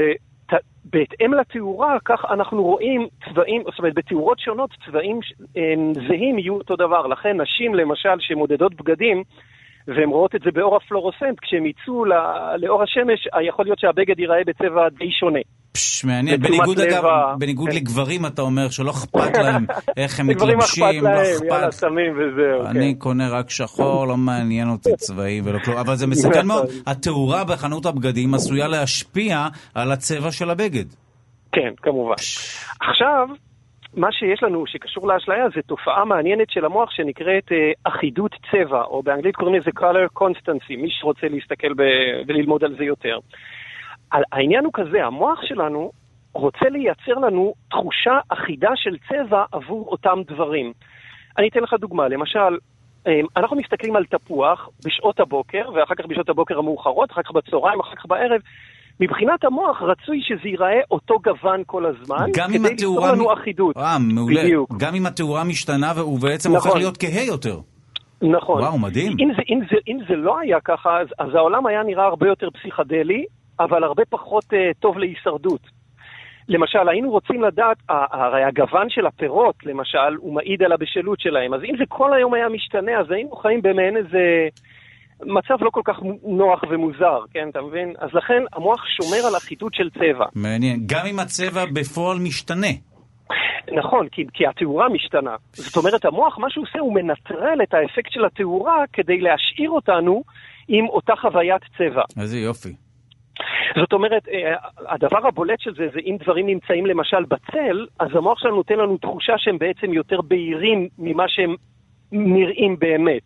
בהתאם לתאורה, כך אנחנו רואים צבעים, זאת אומרת, בתאורות שונות צבעים זהים יהיו אותו דבר. לכן נשים, למשל, שמודדות בגדים, והן רואות את זה באור הפלורוסנט, כשהם יצאו לאור השמש, יכול להיות שהבגד ייראה בצבע די שונה. מעניין, בניגוד לגברים אתה אומר שלא אכפת להם איך הם מתלבשים, לא אכפת. יאללה, שמים וזהו. אני קונה רק שחור, לא מעניין אותי צבעים ולא כלום, אבל זה מסוכן מאוד. התאורה בחנות הבגדים עשויה להשפיע על הצבע של הבגד. כן, כמובן. עכשיו, מה שיש לנו שקשור לאשליה זה תופעה מעניינת של המוח שנקראת אחידות צבע, או באנגלית קוראים לזה color constancy, מי שרוצה להסתכל וללמוד על זה יותר. העניין הוא כזה, המוח שלנו רוצה לייצר לנו תחושה אחידה של צבע עבור אותם דברים. אני אתן לך דוגמה, למשל, אנחנו מסתכלים על תפוח בשעות הבוקר, ואחר כך בשעות הבוקר המאוחרות, אחר כך בצהריים, אחר כך בערב. מבחינת המוח רצוי שזה ייראה אותו גוון כל הזמן, כדי ליצור לנו אחידות. מעולה. גם אם התאורה משתנה והוא בעצם הופך להיות כהה יותר. נכון. וואו, מדהים. אם זה לא היה ככה, אז העולם היה נראה הרבה יותר פסיכדלי, אבל הרבה פחות טוב להישרדות. למשל, היינו רוצים לדעת, הרי הגוון של הפירות, למשל, הוא מעיד על הבשלות שלהם. אז אם זה כל היום היה משתנה, אז היינו חיים במעין איזה מצב לא כל כך נוח ומוזר, כן, אתה מבין? אז לכן המוח שומר על אחידות של צבע. מעניין. גם אם הצבע בפועל משתנה. נכון, כי התאורה משתנה. זאת אומרת, המוח, מה שהוא עושה, הוא מנטרל את האפקט של התאורה כדי להשאיר אותנו עם אותה חוויית צבע. איזה יופי. זאת אומרת, הדבר הבולט של זה, אם דברים נמצאים למשל בצל, אז המוח שלנו נותן לנו תחושה שהם בעצם יותר בהירים ממה שהם נראים באמת.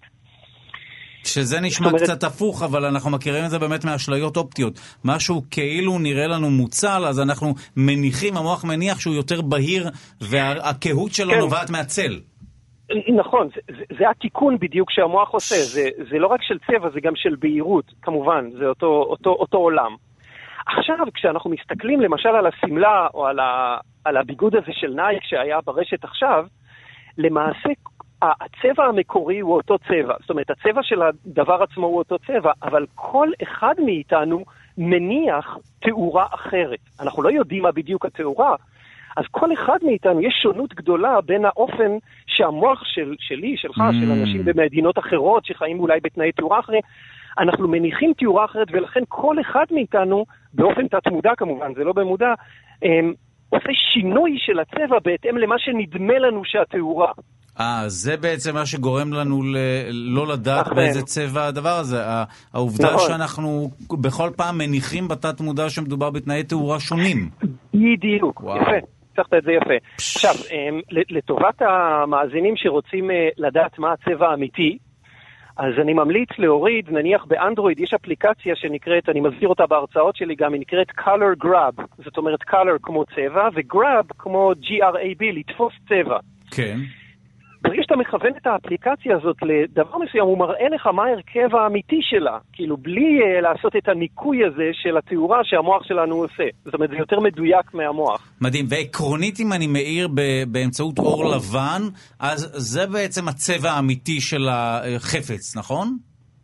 שזה נשמע קצת הפוך, אבל אנחנו מכירים את זה באמת מאשליות אופטיות. משהו כאילו נראה לנו מוצל, אז אנחנו מניחים, המוח מניח שהוא יותר בהיר, והקהות שלו נובעת מהצל. נכון, זה התיקון בדיוק שהמוח עושה. זה לא רק של צבע, זה גם של בהירות, כמובן, זה אותו עולם. עכשיו, כשאנחנו מסתכלים למשל על הסמלה, או על הביגוד הזה של נייק שהיה ברשת עכשיו, למעשה הצבע המקורי הוא אותו צבע. זאת אומרת, הצבע של הדבר עצמו הוא אותו צבע, אבל כל אחד מאיתנו מניח תאורה אחרת. אנחנו לא יודעים מה בדיוק התאורה, אז כל אחד מאיתנו יש שונות גדולה בין האופן שהמוח שלי, שלך, של אנשים במדינות אחרות שחיים אולי בתנאי תאורה אחרים, אנחנו מניחים תאורה אחרת, ולכן כל אחד מאיתנו, באופן תת-מודע כמובן, זה לא במודע, עושה שינוי של הצבע בהתאם למה שנדמה לנו שהתאורה. זה בעצם מה שגורם לנו לא לדעת באיזה צבע הדבר הזה. העובדה שאנחנו בכל פעם מניחים בתת מודע שמדובר בתנאי תאורה שונים. בדיוק, יפה. הצלחת את זה יפה. עכשיו, לטובת המאזינים שרוצים לדעת מה הצבע האמיתי, אז אני ממליץ להוריד, נניח באנדרואיד יש אפליקציה שנקראת, אני מזכיר אותה בהרצאות שלי גם, היא נקראת Color Grab. זאת אומרת, Color כמו צבע, ו-Grab כמו G-R-A-B, לתפוס צבע. כן. ברגע שאתה מכוון את האפליקציה הזאת לדבר מסוים, הוא מראה לך מה ההרכב האמיתי שלה, כאילו בלי לעשות את הניקוי הזה של התאורה שהמוח שלנו עושה. זאת אומרת, זה יותר מדויק מהמוח. מדהים, ועקרונית אם אני מאיר באמצעות אור לבן, אז זה בעצם הצבע האמיתי של החפץ, נכון?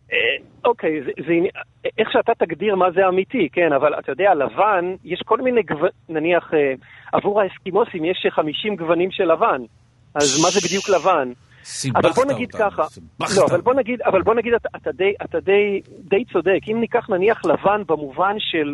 אוקיי, איך שאתה תגדיר מה זה אמיתי, כן, אבל אתה יודע, לבן, יש כל מיני נניח, עבור האסקימוסים יש 50 גוונים של לבן. אז מה זה בדיוק לבן? אבל בוא נגיד ככה, לא, אבל בוא נגיד, אתה די צודק. אם ניקח נניח לבן במובן של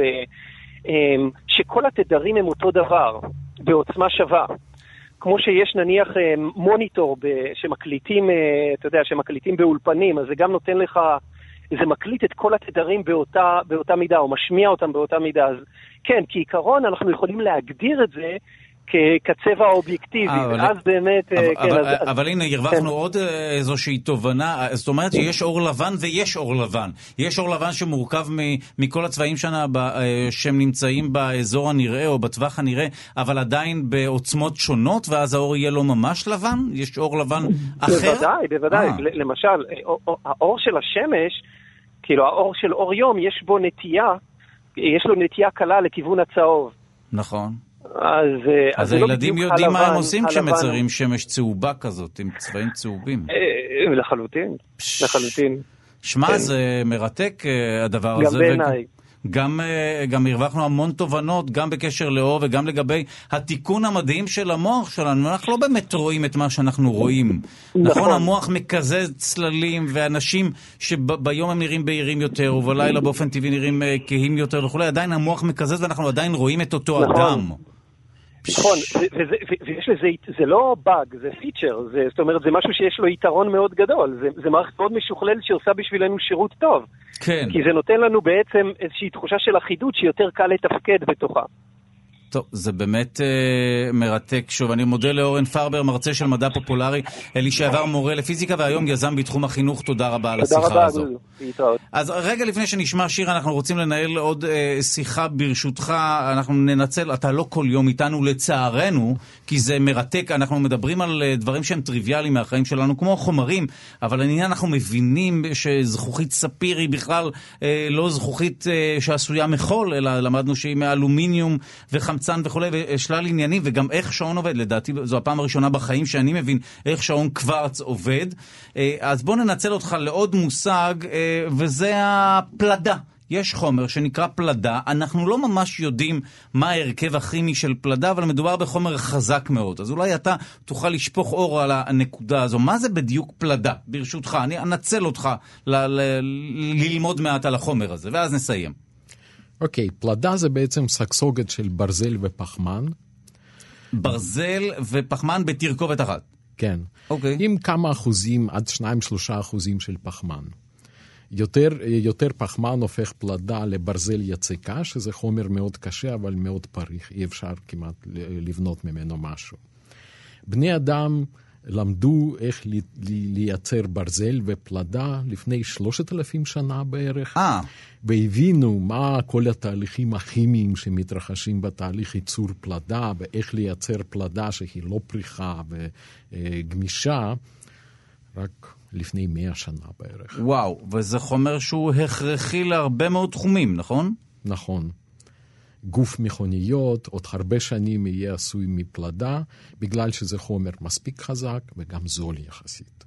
שכל התדרים הם אותו דבר, בעוצמה שווה. כמו שיש נניח מוניטור שמקליטים, אתה יודע, שמקליטים באולפנים, אז זה גם נותן לך, זה מקליט את כל התדרים באותה מידה, או משמיע אותם באותה מידה. אז כן, כעיקרון אנחנו יכולים להגדיר את זה כצבע האובייקטיבי, ואז באמת... אבל הנה, הרווחנו עוד איזושהי תובנה, זאת אומרת שיש אור לבן ויש אור לבן. יש אור לבן שמורכב מכל הצבעים שהם נמצאים באזור הנראה או בטווח הנראה, אבל עדיין בעוצמות שונות, ואז האור יהיה לו ממש לבן? יש אור לבן אחר? בוודאי. למשל, האור של השמש, כאילו האור של אור יום, יש לו נטייה קלה לכיוון הצהוב. נכון. אז הילדים יודעים מה הם עושים כשמצרים שמש צהובה כזאת, עם צבעים צהובים. לחלוטין. שמע, זה מרתק הדבר הזה. גם בעיניי. גם הרווחנו המון תובנות, גם בקשר לאור וגם לגבי התיקון המדהים של המוח שלנו. אנחנו לא באמת רואים את מה שאנחנו רואים. נכון, המוח מקזז צללים, ואנשים שביום הם נראים בהירים יותר, ובלילה באופן טבעי נראים כהים יותר וכו', עדיין המוח מקזז ואנחנו עדיין רואים את אותו אדם. נכון, ויש לזה, זה לא באג, זה פיצ'ר, זאת אומרת, זה משהו שיש לו יתרון מאוד גדול, זה מערכת מאוד משוכלל שעושה בשבילנו שירות טוב. כן. כי זה נותן לנו בעצם איזושהי תחושה של אחידות שיותר קל לתפקד בתוכה. טוב, זה באמת מרתק. שוב, אני מודה לאורן פרבר, מרצה של מדע פופולרי, לשעבר מורה לפיזיקה, והיום יזם בתחום החינוך. תודה רבה על השיחה הזו. אז רגע לפני שנשמע שיר, אנחנו רוצים לנהל עוד שיחה ברשותך. אנחנו ננצל, אתה לא כל יום איתנו לצערנו, כי זה מרתק. אנחנו מדברים על דברים שהם טריוויאליים מהחיים שלנו, כמו חומרים, אבל העניין אנחנו מבינים שזכוכית ספיר היא בכלל לא זכוכית שעשויה מחול, אלא למדנו שהיא מאלומיניום וחמצן וכולי, ושלל עניינים, וגם איך שעון עובד. לדעתי זו הפעם הראשונה בחיים שאני מבין איך שעון קוורץ עובד. אז בוא ננצל אותך לעוד מושג, וזה הפלדה. יש חומר שנקרא פלדה, אנחנו לא ממש יודעים מה ההרכב הכימי של פלדה, אבל מדובר בחומר חזק מאוד. אז אולי אתה תוכל לשפוך אור על הנקודה הזו. מה זה בדיוק פלדה? ברשותך, אני אנצל אותך ללמוד מעט על החומר הזה, ואז נסיים. אוקיי, פלדה זה בעצם סגסוגת של ברזל ופחמן, ברזל ופחמן בתרכובת אחת. כן. אוקיי. עם כמה אחוזים, עד 2-3% של פחמן. יותר פחמן הופך פלדה לברזל יציקה, שזה חומר מאוד קשה, אבל מאוד פריך. אי אפשר כמעט לבנות ממנו משהו. בני אדם למדו איך לייצר ברזל ופלדה לפני 3,000 שנה בערך. והבינו מה כל התהליכים הכימיים שמתרחשים בתהליך ייצור פלדה, ואיך לייצר פלדה שהיא לא פריחה וגמישה, רק לפני 100 שנה בערך. וואו, וזה חומר שהוא הכרחי להרבה מאוד תחומים, נכון? נכון. גוף מכוניות, עוד הרבה שנים יהיה עשוי מפלדה, בגלל שזה חומר מספיק חזק וגם זול יחסית.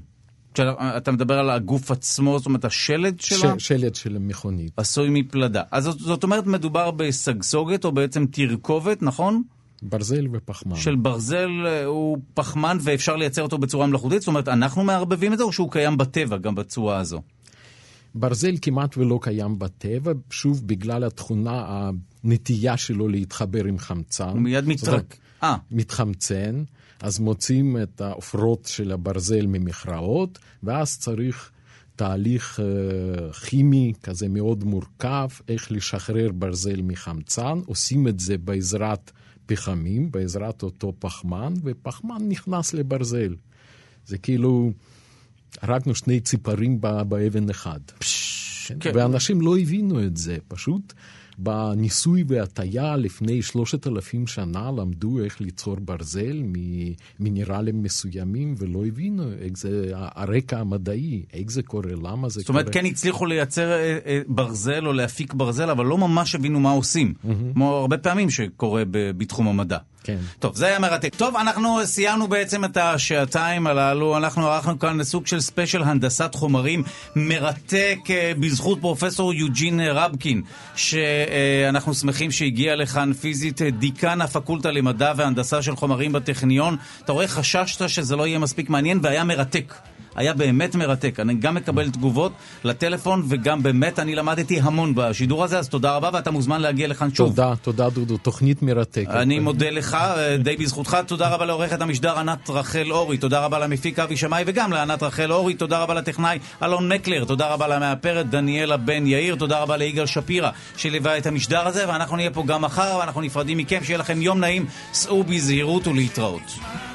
אתה מדבר על הגוף עצמו, זאת אומרת השלד שלה? שלד של המכונית. עשוי מפלדה. אז זאת אומרת מדובר בסגסוגת או בעצם תרכובת, נכון? ברזל ופחמן. של ברזל הוא פחמן ואפשר לייצר אותו בצורה מלאכותית? זאת אומרת, אנחנו מערבבים את זה או שהוא קיים בטבע גם בצורה הזו? ברזל כמעט ולא קיים בטבע, שוב בגלל התכונה, הנטייה שלו להתחבר עם חמצן. הוא מיד מתרק. מתחמצן, אז מוצאים את העופרות של הברזל ממכרעות, ואז צריך תהליך כימי כזה מאוד מורכב, איך לשחרר ברזל מחמצן, עושים את זה בעזרת פחמים, בעזרת אותו פחמן, ופחמן נכנס לברזל. זה כאילו, הרגנו 2 ציפורים באבן אחד. כן. ואנשים לא הבינו את זה, פשוט בניסוי והטיה לפני 3,000 שנה למדו איך ליצור ברזל ממינרלים מסוימים, ולא הבינו איך זה הרקע המדעי, איך זה קורה, למה זה קורה. זאת אומרת, כן הצליחו לייצר ברזל או להפיק ברזל, אבל לא ממש הבינו מה עושים. כמו הרבה פעמים שקורה בתחום המדע. כן. טוב, זה היה מרתק. טוב, אנחנו סיימנו בעצם את השעתיים הללו, אנחנו ערכנו כאן סוג של ספיישל הנדסת חומרים מרתק בזכות פרופסור יוג'ין רבקין, שאנחנו שמחים שהגיע לכאן פיזית, דיקן הפקולטה למדע והנדסה של חומרים בטכניון. אתה רואה, חששת שזה לא יהיה מספיק מעניין, והיה מרתק. היה באמת מרתק. אני גם מקבל תגובות לטלפון, וגם באמת אני למדתי המון בשידור הזה, אז תודה רבה, ואתה מוזמן להגיע לכאן שוב. תודה דודו, תוכנית מרתקת. אני מודה לך, די בזכותך. תודה רבה לעורכת המשדר ענת רחל אורי, תודה רבה למפיק אבי שמאי וגם לענת רחל אורי, תודה רבה לטכנאי אלון מקלר, תודה רבה למאפרת דניאלה בן יאיר, תודה רבה ליגאל שפירא שליווה את המשדר הזה, ואנחנו נהיה פה גם מחר, ואנחנו נפרדים מכם, שיהיה לכם יום נעים, סעו בזהירות ולהתראות.